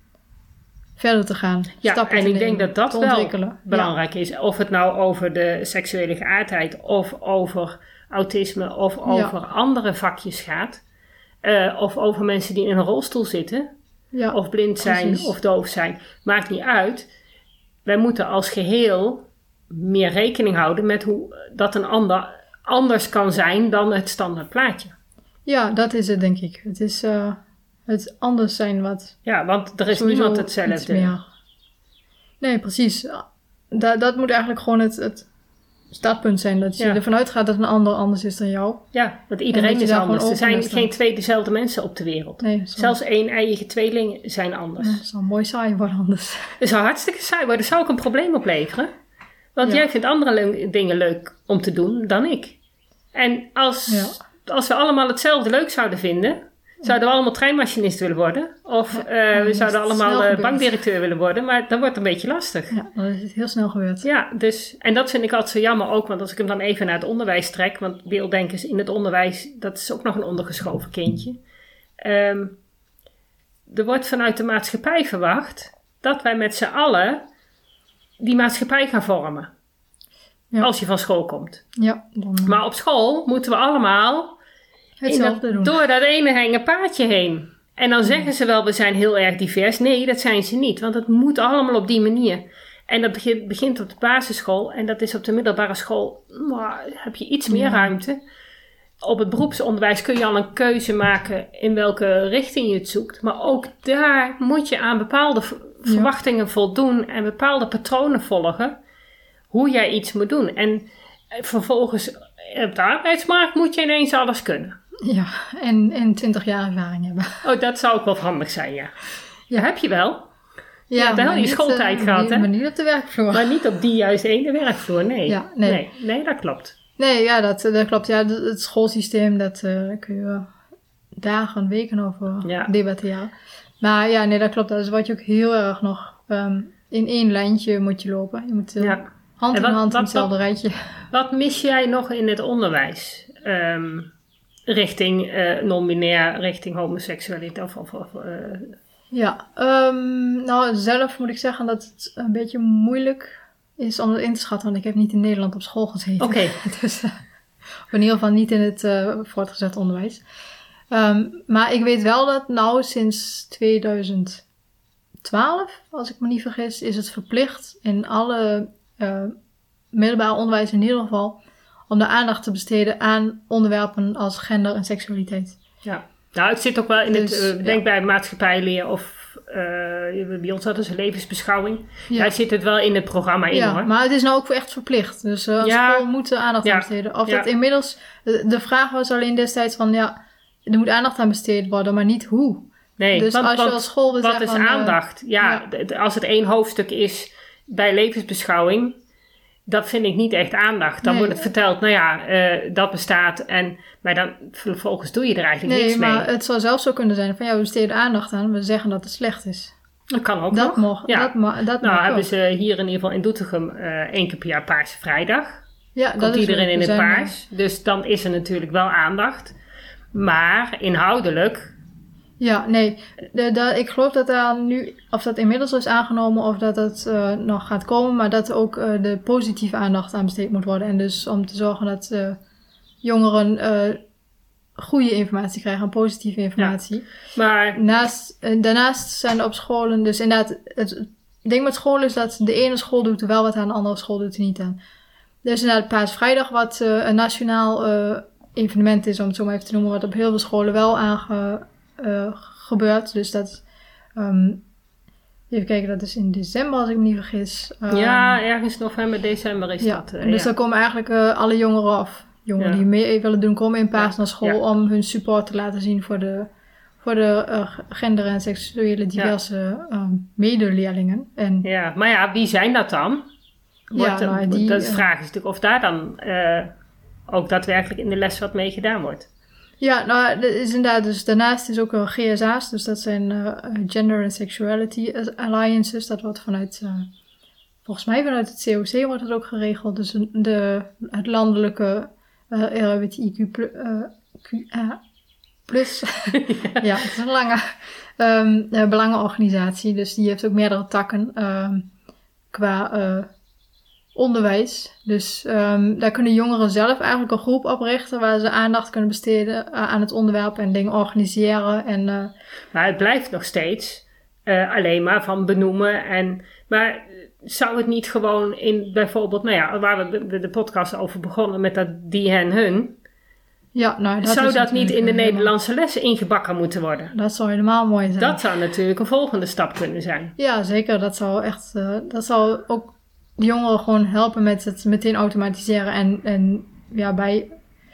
verder te gaan. Ja, stappen en te ik nemen, denk dat dat wel belangrijk ja. is. Of het nou over de seksuele geaardheid of over autisme of over ja. andere vakjes gaat. Uh, of over mensen die in een rolstoel zitten. Ja, of blind zijn precies. of doof zijn. Maakt niet uit. Wij moeten als geheel meer rekening houden met hoe dat een ander anders kan zijn dan het standaard plaatje. Ja, dat is het denk ik. Het is uh, het anders zijn wat... Ja, want er is niemand hetzelfde. Nee, precies. Da- dat moet eigenlijk gewoon het, het startpunt zijn. Dat je ja. ervan uitgaat dat een ander anders is dan jou. Ja, want iedereen is anders. Er zijn geen twee dezelfde mensen op de wereld. Nee, zelfs één-eiige tweelingen zijn anders. Ja, dat zou mooi saai worden anders. Het zou hartstikke saai worden. Dat zou ook een probleem opleveren. Want ja. jij vindt andere le- dingen leuk om te doen dan ik. En als, ja. als we allemaal hetzelfde leuk zouden vinden... Zouden we allemaal treinmachinist willen worden? Of ja, uh, we zouden allemaal uh, bankdirecteur willen worden? Maar dat wordt een beetje lastig. Ja, dan is het heel snel gebeurd. Ja, dus, en dat vind ik altijd zo jammer ook. Want als ik hem dan even naar het onderwijs trek... Want beelddenkers in het onderwijs... Dat is ook nog een ondergeschoven kindje. Um, er wordt vanuit de maatschappij verwacht... Dat wij met z'n allen... die maatschappij gaan vormen. Ja. Als je van school komt. Ja, dan... Maar op school moeten we allemaal... Hetzelfde doen. Door dat ene enge paadje heen. En dan zeggen ze wel, we zijn heel erg divers. Nee, dat zijn ze niet. Want het moet allemaal op die manier. En dat begint, begint op de basisschool. En dat is op de middelbare school. Nou, heb je iets meer ja. ruimte. Op het beroepsonderwijs kun je al een keuze maken in welke richting je het zoekt. Maar ook daar moet je aan bepaalde v- ja. verwachtingen voldoen. En bepaalde patronen volgen. Hoe jij iets moet doen. En vervolgens op de arbeidsmarkt moet je ineens alles kunnen. Ja, en, en twintig jaar ervaring hebben. Oh, dat zou ook wel handig zijn, ja. Ja, heb je wel. Ja, ja dan heb je schooltijd uh, gehad, hè? Maar niet op de werkvloer. Maar niet op die juist ene werkvloer, nee. Ja, nee. nee. Nee, dat klopt. Nee, ja, dat, dat klopt. Ja, het schoolsysteem, dat uh, kun je dagen, weken over ja. debatteren. Maar ja, nee, dat klopt. Dat is wat je ook heel erg nog... Um, in één lijntje moet je lopen. Je moet uh, ja. hand in wat, hand in hetzelfde rijtje. Wat mis jij nog in het onderwijs? Um, richting uh, non-binair, richting homoseksualiteit of... of, of uh... Ja, um, nou zelf moet ik zeggen dat het een beetje moeilijk is om het in te schatten, want ik heb niet in Nederland op school gezeten. Oké. Okay. Dus, uh, of in ieder geval niet in het uh, voortgezet onderwijs. Um, maar ik weet wel dat nou sinds tweeduizend twaalf, als ik me niet vergis, is het verplicht in alle uh, middelbaar onderwijs in ieder geval... om de aandacht te besteden aan onderwerpen als gender en seksualiteit. Ja, nou het zit ook wel in dus, het, uh, denk ja. bij maatschappijleer of uh, bij ons hadden ze levensbeschouwing. Ja. Daar zit het wel in het programma in ja, hoor. Maar het is nou ook echt verplicht. Dus uh, ja. school moet er aandacht ja. aan besteden. Of ja. dat inmiddels, de, de vraag was alleen destijds van ja, er moet aandacht aan besteed worden, maar niet hoe. Nee, dus want, als je want, als school wil wat zeggen, is aandacht? Uh, ja, ja. D- als het één hoofdstuk is bij levensbeschouwing... Dat vind ik niet echt aandacht. Dan nee, wordt het verteld, nou ja, uh, dat bestaat. En, maar dan vervolgens doe je er eigenlijk nee, niks mee. Nee, maar het zou zelfs zo kunnen zijn van ja, we besteden aandacht aan. We zeggen dat het slecht is. Dat kan ook dat nog. Mag, ja. Dat mag dat Nou, mag hebben ook. ze hier in ieder geval in Doetinchem uh, één keer per jaar Paarse Vrijdag. Ja, Komt dat is iedereen in het zijn, paars. Dus dan is er natuurlijk wel aandacht. Maar inhoudelijk Ja, nee. De, de, ik geloof dat daar nu, of dat inmiddels is aangenomen of dat dat uh, nog gaat komen, maar dat ook uh, de positieve aandacht aan besteed moet worden. En dus om te zorgen dat uh, jongeren uh, goede informatie krijgen, positieve informatie. Ja, maar Naast, uh, daarnaast zijn er op scholen, dus inderdaad, het ding met school is dat de ene school doet er wel wat aan, de andere school doet er niet aan. Dus inderdaad Paasvrijdag, wat uh, een nationaal uh, evenement is, om het zo maar even te noemen, wat op heel veel scholen wel aange, uh, gebeurt. Dus dat, um, even kijken, dat is in december als ik me niet vergis. Um, ja, ergens november, december is ja, dat. Uh, en dus ja. dan komen eigenlijk uh, alle jongeren of jongeren ja. die mee willen doen, komen in Paas ja. naar school ja. om hun support te laten zien voor de, voor de uh, gender- en seksuele diverse ja. um, medeleerlingen. En, ja, maar ja, wie zijn dat dan? Wordt ja, nou, die, dat is de vraag is natuurlijk of daar dan uh, ook daadwerkelijk in de les wat mee gedaan wordt. Ja, nou, dat is inderdaad. Dus daarnaast is ook een G S A's, dus dat zijn uh, Gender and Sexuality Alliances. Dat wordt vanuit, uh, volgens mij vanuit het C O C wordt het ook geregeld. Dus de, het landelijke uh, L G B T I Q uh, Q A plus, ja. ja, dat is een lange um, uh, belangenorganisatie. Dus die heeft ook meerdere takken um, qua uh, onderwijs. Dus um, daar kunnen jongeren zelf eigenlijk een groep oprichten waar ze aandacht kunnen besteden uh, aan het onderwerp en dingen organiseren. En, uh, maar het blijft nog steeds uh, alleen maar van benoemen. En, maar zou het niet gewoon in bijvoorbeeld, nou ja, waar we de, de podcast over begonnen met dat die hen hun. Ja, nou, dat zou dat niet in de helemaal, Nederlandse lessen ingebakken moeten worden? Dat zou helemaal mooi zijn. Dat zou natuurlijk een volgende stap kunnen zijn. Ja, zeker. Dat zou echt, uh, dat zou ook de jongeren gewoon helpen met het meteen automatiseren en, en ja, bij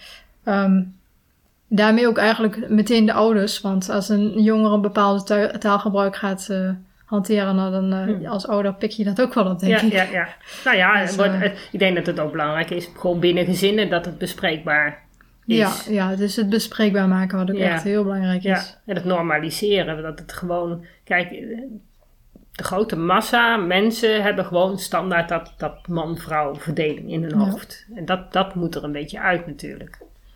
um, daarmee ook eigenlijk meteen de ouders. Want als een jongere een bepaalde taalgebruik gaat uh, hanteren, nou dan uh, hmm. als ouder pik je dat ook wel op, denk ja, ik. Ja, ja. Nou ja, dus, wordt, uh, ik denk dat het ook belangrijk is, gewoon binnen gezinnen, dat het bespreekbaar is. Ja, ja, dus het bespreekbaar maken wat ook ja. echt heel belangrijk ja. is. En het normaliseren, dat het gewoon, kijk, de grote massa mensen hebben gewoon standaard dat, dat man-vrouw verdeling in hun ja. hoofd. En dat, dat moet er een beetje uit natuurlijk.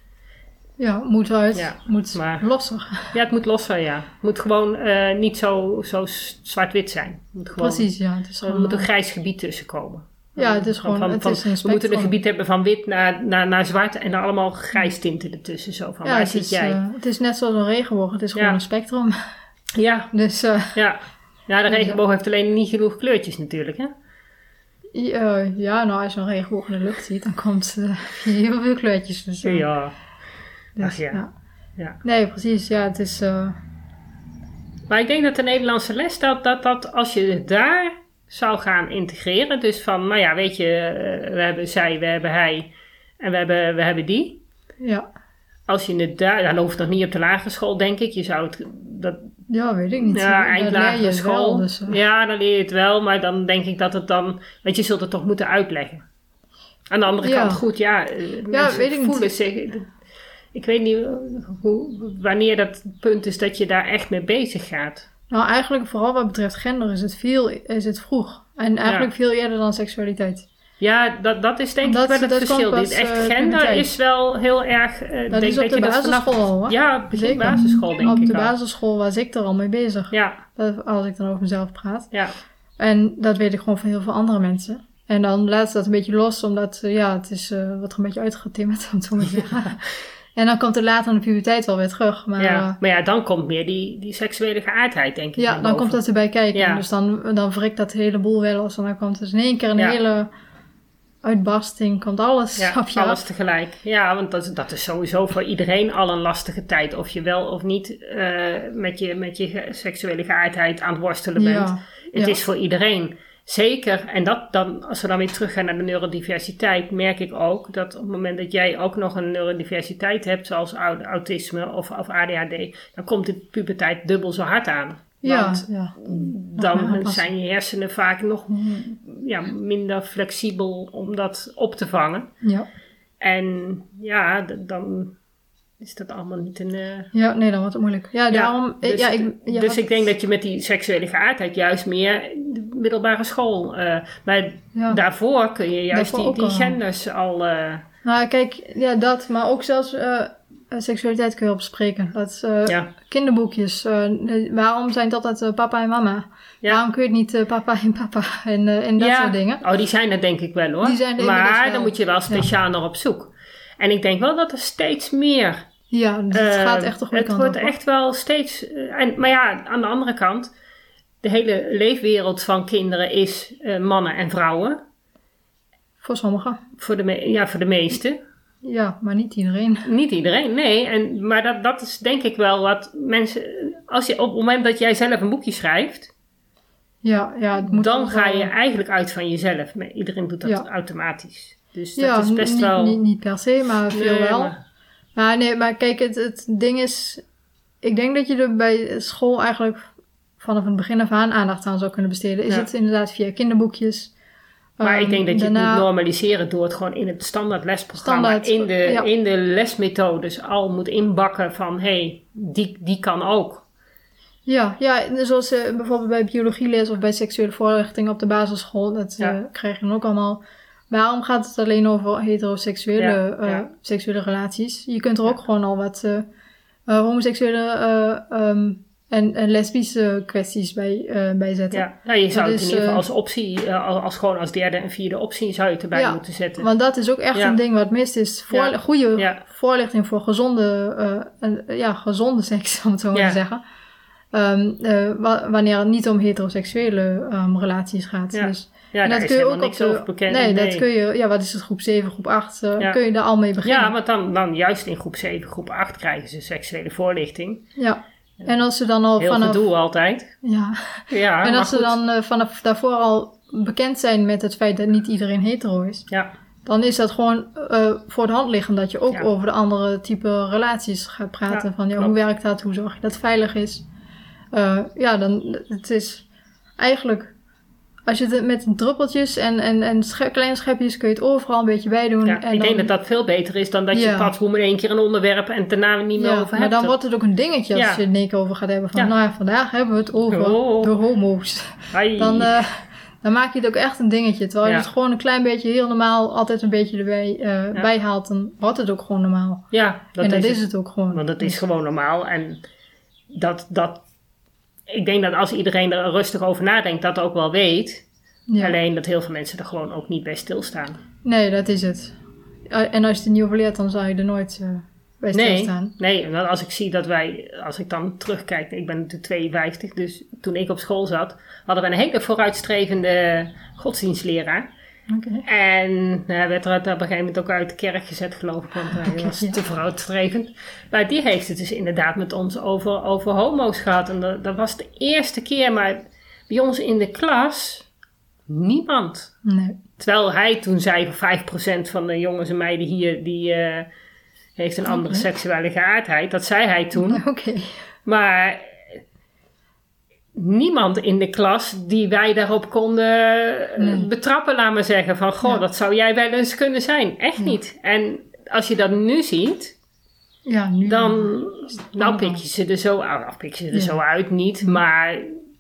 Ja, moet uit. Ja, moet maar, losser. Ja, het moet losser, ja. Het moet gewoon uh, niet zo, zo zwart-wit zijn. Het moet gewoon, Precies, ja. Het is gewoon, er moet een grijs gebied tussen komen. Ja, het is gewoon, van, het van, is een we moeten een gebied hebben van wit naar, naar, naar zwart en dan allemaal grijs tinten ertussen. Zo van, ja, waar het zit is, jij? Uh, het is net zoals een regenboog. Het is gewoon ja. een spectrum. Ja. Dus, uh, ja. Ja, de regenboog heeft alleen niet genoeg kleurtjes natuurlijk, hè? Ja, ja, nou als je een regenboog in de lucht ziet, dan komt uh, heel veel kleurtjes. Dus, uh, ja. Dus, Ach ja. ja. ja. Nee, precies. Ja, het is... Uh... Maar ik denk dat de Nederlandse les, dat, dat, dat als je het daar zou gaan integreren, dus van, nou ja, weet je, we hebben zij, we hebben hij en we hebben, we hebben die. Ja. Als je het daar, dan hoeft het nog niet op de lagere school, denk ik. Je zou het, dat, ja, weet ik niet. Ja, eindlagere school. Wel, dus, uh... Ja, dan leer je het wel, maar dan denk ik dat het dan, want je zult het toch moeten uitleggen. Aan de andere ja. kant, goed, ja, ja weet ik voelen niet. zich, ik weet niet hoe, wanneer dat punt is dat je daar echt mee bezig gaat. Nou, eigenlijk vooral wat betreft gender is het, veel, is het vroeg. En eigenlijk ja. veel eerder dan seksualiteit. Ja, dat, dat is denk dat, ik wel het dat verschil. Pas, Dit echt uh, gender puberteit. is wel heel erg... Uh, dat denk is op dat de je basisschool dat al, hoor. Ja, begin basisschool denk op ik Op de al. basisschool was ik er al mee bezig. Ja. Dat, als ik dan over mezelf praat. Ja. En dat weet ik gewoon van heel veel andere mensen. En dan laat ze dat een beetje los, omdat uh, ja, het is, uh, wordt er een beetje uitgetimmerd, om het zo maar te zeggen. Ja. En dan komt het later in de puberteit wel weer terug. Maar ja, uh, maar ja, dan komt meer die, die seksuele geaardheid, denk ik. Ja, dan komt dat erbij kijken. Ja. Dus dan, dan wrikt dat hele boel wel los. En dan komt dus in één keer een ja. hele uitbarsting. Komt alles ja, op je alles af. tegelijk. Ja, want dat, dat is sowieso voor iedereen al een lastige tijd. Of je wel of niet uh, met, je, met je seksuele geaardheid aan het worstelen bent. Ja. Het ja. is voor iedereen. Zeker, en dat dan, als we dan weer teruggaan naar de neurodiversiteit, merk ik ook dat op het moment dat jij ook nog een neurodiversiteit hebt, zoals autisme of, of A D H D, dan komt de puberteit dubbel zo hard aan. Ja, Want ja. dan zijn je hersenen vaak nog ja, minder flexibel om dat op te vangen. Ja. En ja, d- dan is dat allemaal niet een... Uh... Ja, nee, dan wordt het moeilijk. Ja, daarom... Ja, dus ja, ik, ja, dus ik denk dat je met die seksuele geaardheid juist meer de middelbare school... Uh, maar ja. daarvoor kun je juist daarvoor die, die al. genders al... Uh... Nou, kijk, ja, dat. Maar ook zelfs... Uh, uh, seksualiteit kun je op spreken. Dat uh, ja. Kinderboekjes. Uh, waarom zijn dat altijd uh, papa en mama? Ja. Waarom kun je het niet uh, papa en papa en, uh, en dat ja. soort dingen? Oh, die zijn er denk ik wel hoor. Die zijn er maar wel. Dan moet je wel speciaal ja. naar op zoek. En ik denk wel dat er steeds meer... Ja, het uh, gaat echt de goede het kant wordt op, echt wel steeds... Uh, en, maar ja, aan de andere kant... De hele leefwereld van kinderen is uh, mannen en vrouwen. Voor sommigen. Voor de, me- ja, voor de meesten. Ja, maar niet iedereen. Niet iedereen, nee. En, maar dat, dat is denk ik wel wat mensen... Als je op het moment dat jij zelf een boekje schrijft... Ja, ja, het moet dan ga wel... je eigenlijk uit van jezelf. Iedereen doet dat ja. automatisch. Dus dat ja, is best niet, wel... Niet, niet per se, maar veel nee, wel. Maar... maar nee, maar kijk, het, het ding is... Ik denk dat je er bij school eigenlijk... vanaf het begin af aan aandacht aan zou kunnen besteden. Is ja. het inderdaad via kinderboekjes. Maar um, ik denk dat je daarna, het moet normaliseren door het gewoon in het standaard lesprogramma, standaard, in, de, ja. in de lesmethodes al moet inbakken van, hé, hey, die, die kan ook. Ja, ja zoals uh, bijvoorbeeld bij biologieles of bij seksuele voorlichting op de basisschool, dat ja. uh, krijg je dan ook allemaal. Waarom gaat het alleen over heteroseksuele ja, uh, ja. seksuele relaties? Je kunt er ook ja. gewoon al wat uh, uh, homoseksuele... Uh, um, En, en lesbische kwesties bij, uh, bij zetten. Ja, nou, je zou dat het is, in ieder geval uh, als optie, uh, als, als gewoon als derde en vierde optie zou je het erbij ja, moeten zetten. Want dat is ook echt ja. een ding wat mist is. Voor, ja. Goede ja. voorlichting voor gezonde, uh, uh, ja, gezonde seks, om het zo maar ja. te zeggen. Um, uh, wa- wanneer het niet om heteroseksuele um, relaties gaat. Ja. Dus, ja, en daar dat is kun je helemaal ook niks op de, over bekend. Nee, nee, dat kun je, ja, wat is het, groep zeven, groep acht, uh, ja. kun je daar al mee beginnen. Ja, want dan, dan juist in groep zeven, groep acht krijgen ze seksuele voorlichting. Ja. En als ze dan al Heel vanaf... gedoe altijd. Ja. ja en als ze dan uh, vanaf daarvoor al bekend zijn met het feit dat niet iedereen hetero is... Ja. Dan is dat gewoon uh, voor de hand liggend dat je ook ja. over de andere type relaties gaat praten. Ja, van ja, klopt. hoe werkt dat? Hoe zorg je dat het veilig is? Uh, ja, dan het is eigenlijk... Als je het met druppeltjes en, en, en schep, kleine schepjes kun je het overal een beetje bij doen. Ja, en ik dan, denk dat dat veel beter is dan dat je ja. padroem in één keer een onderwerp en daarna niet meer ja, over maar hebt. dan wordt het ook een dingetje als ja. je het in één keer over gaat hebben. Van ja. nou ja, vandaag hebben we het over oh. de homo's. Dan, uh, dan maak je het ook echt een dingetje. Terwijl ja. je het gewoon een klein beetje heel normaal altijd een beetje erbij uh, ja. bijhaalt. Dan wordt het ook gewoon normaal. Ja, dat en dat is is het. het ook gewoon. Want dat is gewoon normaal. En dat, dat, ik denk dat als iedereen er rustig over nadenkt, dat ook wel weet. Ja. Alleen dat heel veel mensen er gewoon ook niet bij stilstaan. Nee, dat is het. En als je het niet over leert, dan zou je er nooit uh, bij stilstaan. Nee, nee, als ik zie dat wij, als ik dan terugkijk, ik ben natuurlijk tweeënvijftig, dus toen ik op school zat, hadden we een hele vooruitstrevende godsdienstleraar. Okay. En nou, werd er op een gegeven moment ook uit de kerk gezet, geloof ik, want hij okay, was ja. te vooruitstrevend. Maar die heeft het dus inderdaad met ons over, over homo's gehad. En dat, dat was de eerste keer, maar bij ons in de klas... Niemand. Nee. Terwijl hij toen zei, vijf procent van de jongens en meiden hier, die uh, heeft een okay. andere seksuele geaardheid. Dat zei hij toen. Oké. Okay. Maar niemand in de klas die wij daarop konden nee. betrappen, laat maar zeggen. Van, goh, ja. dat zou jij wel eens kunnen zijn. Echt ja. niet. En als je dat nu ziet, ja, nu dan, nou pik je ze er zo uit. Pik je ze er ja. zo uit, niet. Ja. Maar...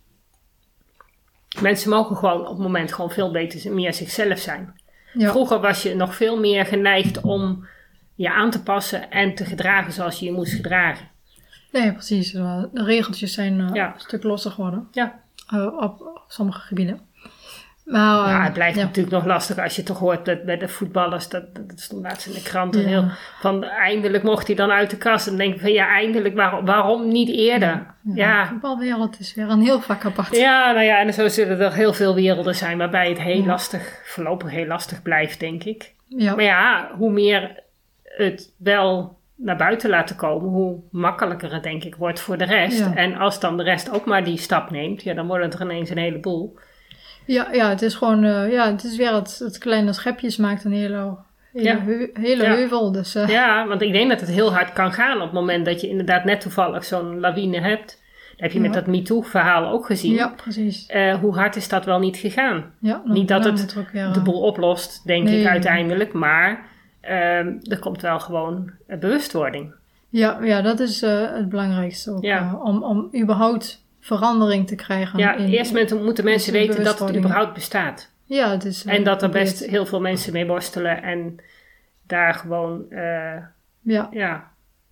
Mensen mogen gewoon op het moment gewoon veel beter meer zichzelf zijn. Ja. Vroeger was je nog veel meer geneigd om je aan te passen en te gedragen zoals je je moest gedragen. Nee, precies. De regeltjes zijn uh, ja. een stuk losser geworden. Ja. Uh, op, op sommige gebieden. Maar, uh, ja, het blijft ja. natuurlijk nog lastig als je toch hoort dat bij de voetballers, dat, dat stond laatst in de krant, ja. heel, van eindelijk mocht hij dan uit de kast. En dan denk ik van ja, eindelijk, waar, waarom niet eerder? Ja, ja. ja. De voetbalwereld is weer een heel vak apart. Ja, nou ja, en zo zullen er heel veel werelden zijn waarbij het heel ja. lastig, voorlopig heel lastig blijft, denk ik. Ja. Maar ja, hoe meer het wel naar buiten laten komen, hoe makkelijker het denk ik wordt voor de rest. Ja. En als dan de rest ook maar die stap neemt, ja, dan wordt het er ineens een heleboel. Ja, ja, het is gewoon, uh, ja, het is weer het, het kleine schepjes maakt een hele, hele, ja. heu, hele ja. heuvel. Dus, uh. Ja, want ik denk dat het heel hard kan gaan op het moment dat je inderdaad net toevallig zo'n lawine hebt. Dat heb je ja. met dat MeToo-verhaal ook gezien. Ja, precies. Uh, hoe hard is dat wel niet gegaan? Ja, niet dat het het weer, uh... de boel oplost, denk nee, ik uiteindelijk, maar uh, er komt wel gewoon uh, bewustwording. Ja, ja, dat is uh, het belangrijkste ook, ja. uh, om, om überhaupt verandering te krijgen. Ja, in, eerst met, moeten mensen weten dat het überhaupt bestaat. Ja, het is... Uh, en dat er best het. heel veel mensen mee worstelen en daar gewoon... Uh, ja. ja,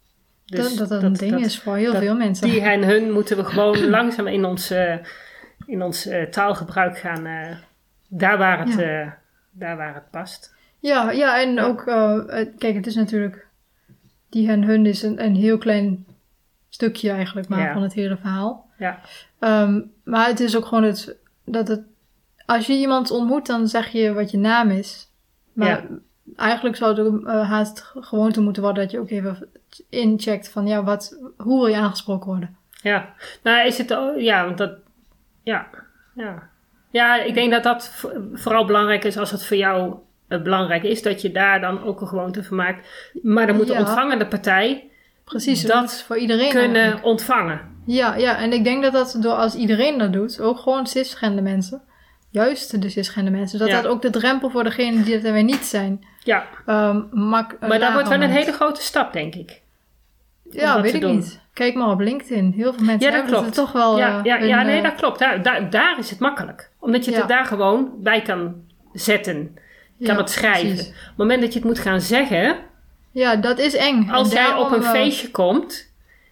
Dus dat, dat dat een ding dat, is voor heel dat, veel mensen. Die en hun moeten we gewoon langzaam in ons, uh, in ons uh, taalgebruik gaan. Uh, daar, waar het, ja. uh, daar waar het past. Ja, ja en ja. ook... Uh, kijk, het is natuurlijk... Die en hun is een, een heel klein stukje eigenlijk maar ja. van het hele verhaal. Ja. Um, maar het is ook gewoon het... Dat het als je iemand ontmoet, dan zeg je wat je naam is. Maar ja. eigenlijk zou het uh, haast gewoonte moeten worden dat je ook even incheckt van ja, wat, hoe wil je aangesproken worden? Ja, nou is het, ja, want dat, ja, ja. Ja, ik denk dat dat vooral belangrijk is als het voor jou uh, belangrijk is, dat je daar dan ook een gewoonte van maakt. Maar dan moet de ja. ontvangende partij Precies, dat voor iedereen kunnen eigenlijk. ontvangen. Ja, ja, en ik denk dat dat door als iedereen dat doet, ook gewoon cisgender mensen, juist de cisgender mensen, dat ja. dat ook de drempel voor degenen die het er weer niet zijn. Ja. Um, mak- maar dat wordt wel een hele grote stap, denk ik. Ja, weet ik doen. niet. Kijk maar op LinkedIn. Heel veel mensen ja, dat hebben klopt. het toch wel... Ja, ja, hun, ja nee, dat klopt. Daar, daar, daar is het makkelijk. Omdat je het ja. er daar gewoon bij kan zetten. Je kan ja, het schrijven. Precies. Op het moment dat je het moet gaan zeggen... Ja, dat is eng. Als jij daarom, op een uh, feestje komt...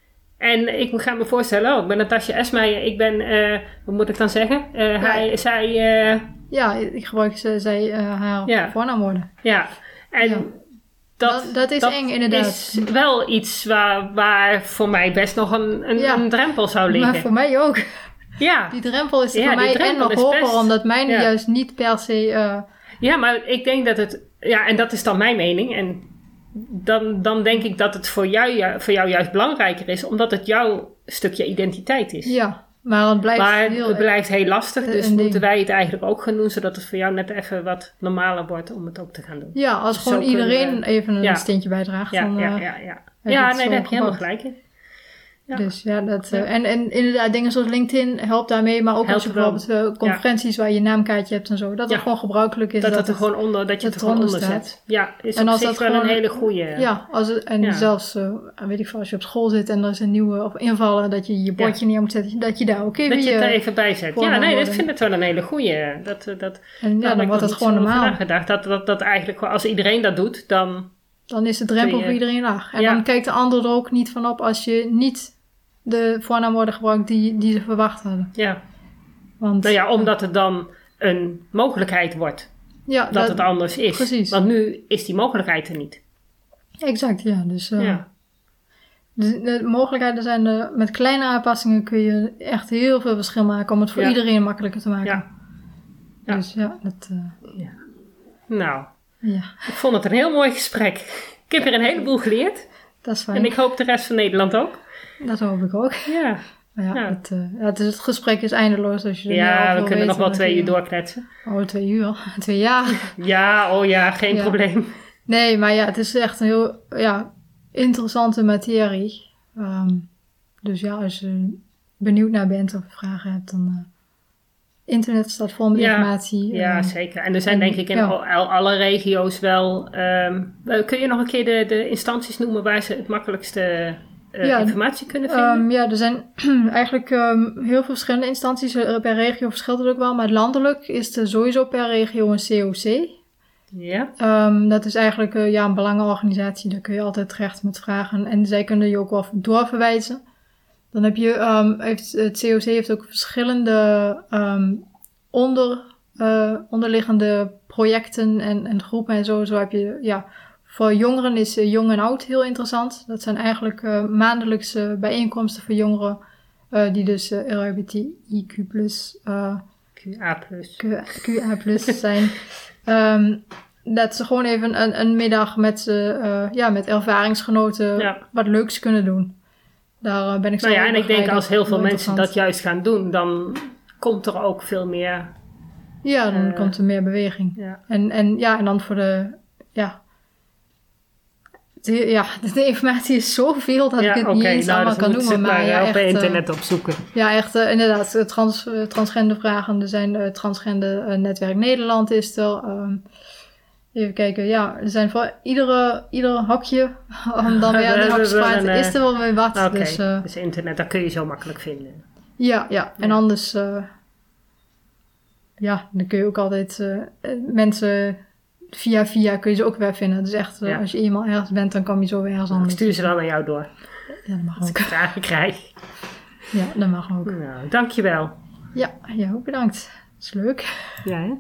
En ik ga me voorstellen... Oh, ik ben Natasja Esmeijer. Ik ben... Uh, hoe moet ik dan zeggen? Uh, ja. Hij, zij... Uh, ja, ik gebruik ze, zij uh, haar ja. voornaamwoorden. Ja. En... Ja. Dat, dat, dat is dat eng, inderdaad. is wel iets waar, waar voor mij best nog een, een, ja. een drempel zou liggen. Maar voor mij ook. Ja. Die drempel is ja, voor mij en nog hoger, best, omdat mij ja. juist niet per se... Uh... Ja, maar ik denk dat het... Ja, en dat is dan mijn mening. En dan, dan denk ik dat het voor jou, voor jou juist belangrijker is, omdat het jouw stukje identiteit is. Ja, maar het blijft maar heel... het blijft heel lastig, dus moeten ding. wij het eigenlijk ook gaan doen, zodat het voor jou net even wat normaler wordt om het ook te gaan doen. Ja, als dus gewoon iedereen kunnen, even een ja. steentje bijdraagt. Ja, dan, ja, ja. Ja, ja nee, daar heb je helemaal gelijk in. Ja. Dus ja, dat, ja. Uh, en, en inderdaad, dingen zoals LinkedIn helpt daarmee, maar ook helpt als je bijvoorbeeld uh, conferenties ja. waar je naamkaartje hebt en zo, dat ja. het gewoon gebruikelijk is. Dat, dat het er gewoon onder, dat je het er gewoon onder zet. Ja, is en op zich wel gewoon, een hele goeie. Ja, als het, en ja. zelfs, uh, weet ik veel, als je op school zit en er is een nieuwe of invallen, dat je je bordje ja. neer moet zetten, dat je daar ook even Dat je het er even bij zet. Ja, nee, ik vind het wel een hele goeie. Dat, dat, en ja, dan wordt het gewoon normaal. Nagedacht. Dat, dat, dat eigenlijk, als iedereen dat doet, dan... Dan is de drempel je, voor iedereen laag. En dan kijkt de ander er ook niet van op als je niet... de voornaamwoorden gebruikt die, die ze verwacht hadden. Ja. Want, nou ja, omdat het dan een mogelijkheid wordt. Ja, dat, dat het anders is. Precies. Want nu is die mogelijkheid er niet. Exact, ja. Dus uh, ja. de, de mogelijkheden zijn... De, met kleine aanpassingen kun je echt heel veel verschil maken... om het voor ja. iedereen makkelijker te maken. Ja. Ja. Dus ja, dat... Uh, ja. Nou, ja. ik vond het een heel mooi gesprek. Ik heb er een heleboel geleerd. Dat is fijn. En ik hoop de rest van Nederland ook. Dat hoop ik ook. Ja. Maar ja, ja. Het, uh, ja het, is, het gesprek is eindeloos. Als je er ja, we kunnen weten, nog wel twee je, uur doorkletsen. Oh, twee uur. Twee jaar. Ja, oh ja, geen ja. probleem. Nee, maar ja, het is echt een heel ja, interessante materie. Um, dus ja, als je benieuwd naar bent of vragen hebt, dan... Uh, internet staat vol met ja, informatie. Ja, um, zeker. En er zijn en, denk ik in ja. al, alle regio's wel... Um, kun je nog een keer de, de instanties noemen waar ze het makkelijkste uh, ja, informatie kunnen vinden? Um, ja, er zijn eigenlijk um, heel veel verschillende instanties. Per regio verschilt het ook wel. Maar landelijk is er sowieso per regio een C O C. Ja. Um, dat is eigenlijk uh, ja, een belangenorganisatie. Daar kun je altijd terecht met vragen. En zij kunnen je ook wel doorverwijzen. Dan heb je, um, heeft, het C O C heeft ook verschillende um, onder, uh, onderliggende projecten en, en groepen en zo. Zo heb je, ja, voor jongeren is uh, Jong en Oud heel interessant. Dat zijn eigenlijk uh, maandelijkse bijeenkomsten voor jongeren, uh, die dus uh, L H B T I Q plus, uh, Q A plus, Q A plus zijn. Um, dat ze gewoon even een, een middag met, uh, ja, met ervaringsgenoten ja. wat leuks kunnen doen. Daar ben ik zo nou ja, en ik denk als heel veel mensen dat juist gaan doen, dan komt er ook veel meer... Ja, dan uh, komt er meer beweging. Ja. En, en ja, en dan voor de... Ja, de, ja, de informatie is zoveel dat ja, ik het okay, niet eens nou, allemaal kan noemen. Maar, maar ja, op echt, internet uh, opzoeken. Ja, echt uh, inderdaad. Trans, uh, transgender vragen. Er zijn uh, transgender uh, netwerk Nederland is er... Um, Even kijken, ja, er zijn voor iedere, iedere hokje, om dan weer de hokjes praten, uh, is er wel weer wat. Oké, okay. dus, uh, dus internet, dat kun je zo makkelijk vinden. Ja, ja. En ja. anders, uh, ja, dan kun je ook altijd uh, mensen via via kun je ze ook weer vinden. Dus echt, uh, ja. als je eenmaal ergens bent, dan kom je zo weer ergens anders. Ik stuur ze dan naar jou door. Ja, dat mag Als ook. ik vragen krijg. Ja, dat mag ook. Nou, dankjewel. Ja, jij ook bedankt. Dat is leuk. Ja, hè?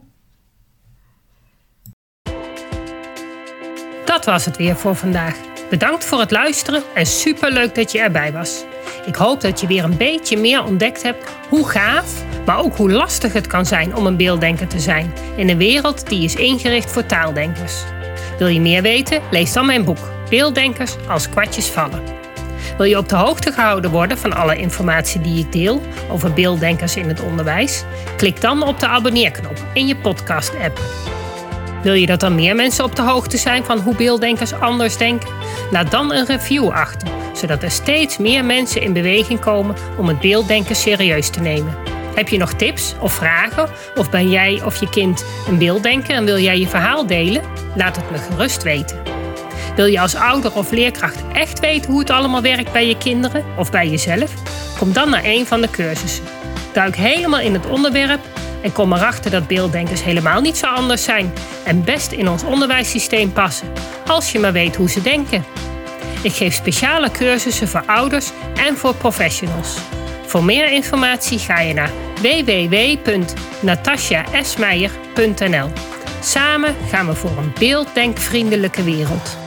Dat was het weer voor vandaag. Bedankt voor het luisteren en superleuk dat je erbij was. Ik hoop dat je weer een beetje meer ontdekt hebt hoe gaaf, maar ook hoe lastig het kan zijn om een beelddenker te zijn in een wereld die is ingericht voor taaldenkers. Wil je meer weten? Lees dan mijn boek Beelddenkers als kwartjes vallen. Wil je op de hoogte gehouden worden van alle informatie die ik deel over beelddenkers in het onderwijs? Klik dan op de abonneerknop in je podcast-app. Wil je dat er meer mensen op de hoogte zijn van hoe beelddenkers anders denken? Laat dan een review achter, zodat er steeds meer mensen in beweging komen om het beelddenken serieus te nemen. Heb je nog tips of vragen? Of ben jij of je kind een beelddenker en wil jij je verhaal delen? Laat het me gerust weten. Wil je als ouder of leerkracht echt weten hoe het allemaal werkt bij je kinderen of bij jezelf? Kom dan naar een van de cursussen. Duik helemaal in het onderwerp en kom erachter dat beelddenkers helemaal niet zo anders zijn en best in ons onderwijssysteem passen, als je maar weet hoe ze denken. Ik geef speciale cursussen voor ouders en voor professionals. Voor meer informatie ga je naar w w w punt natasja esmeijer punt n l. Samen gaan we voor een beelddenkvriendelijke wereld.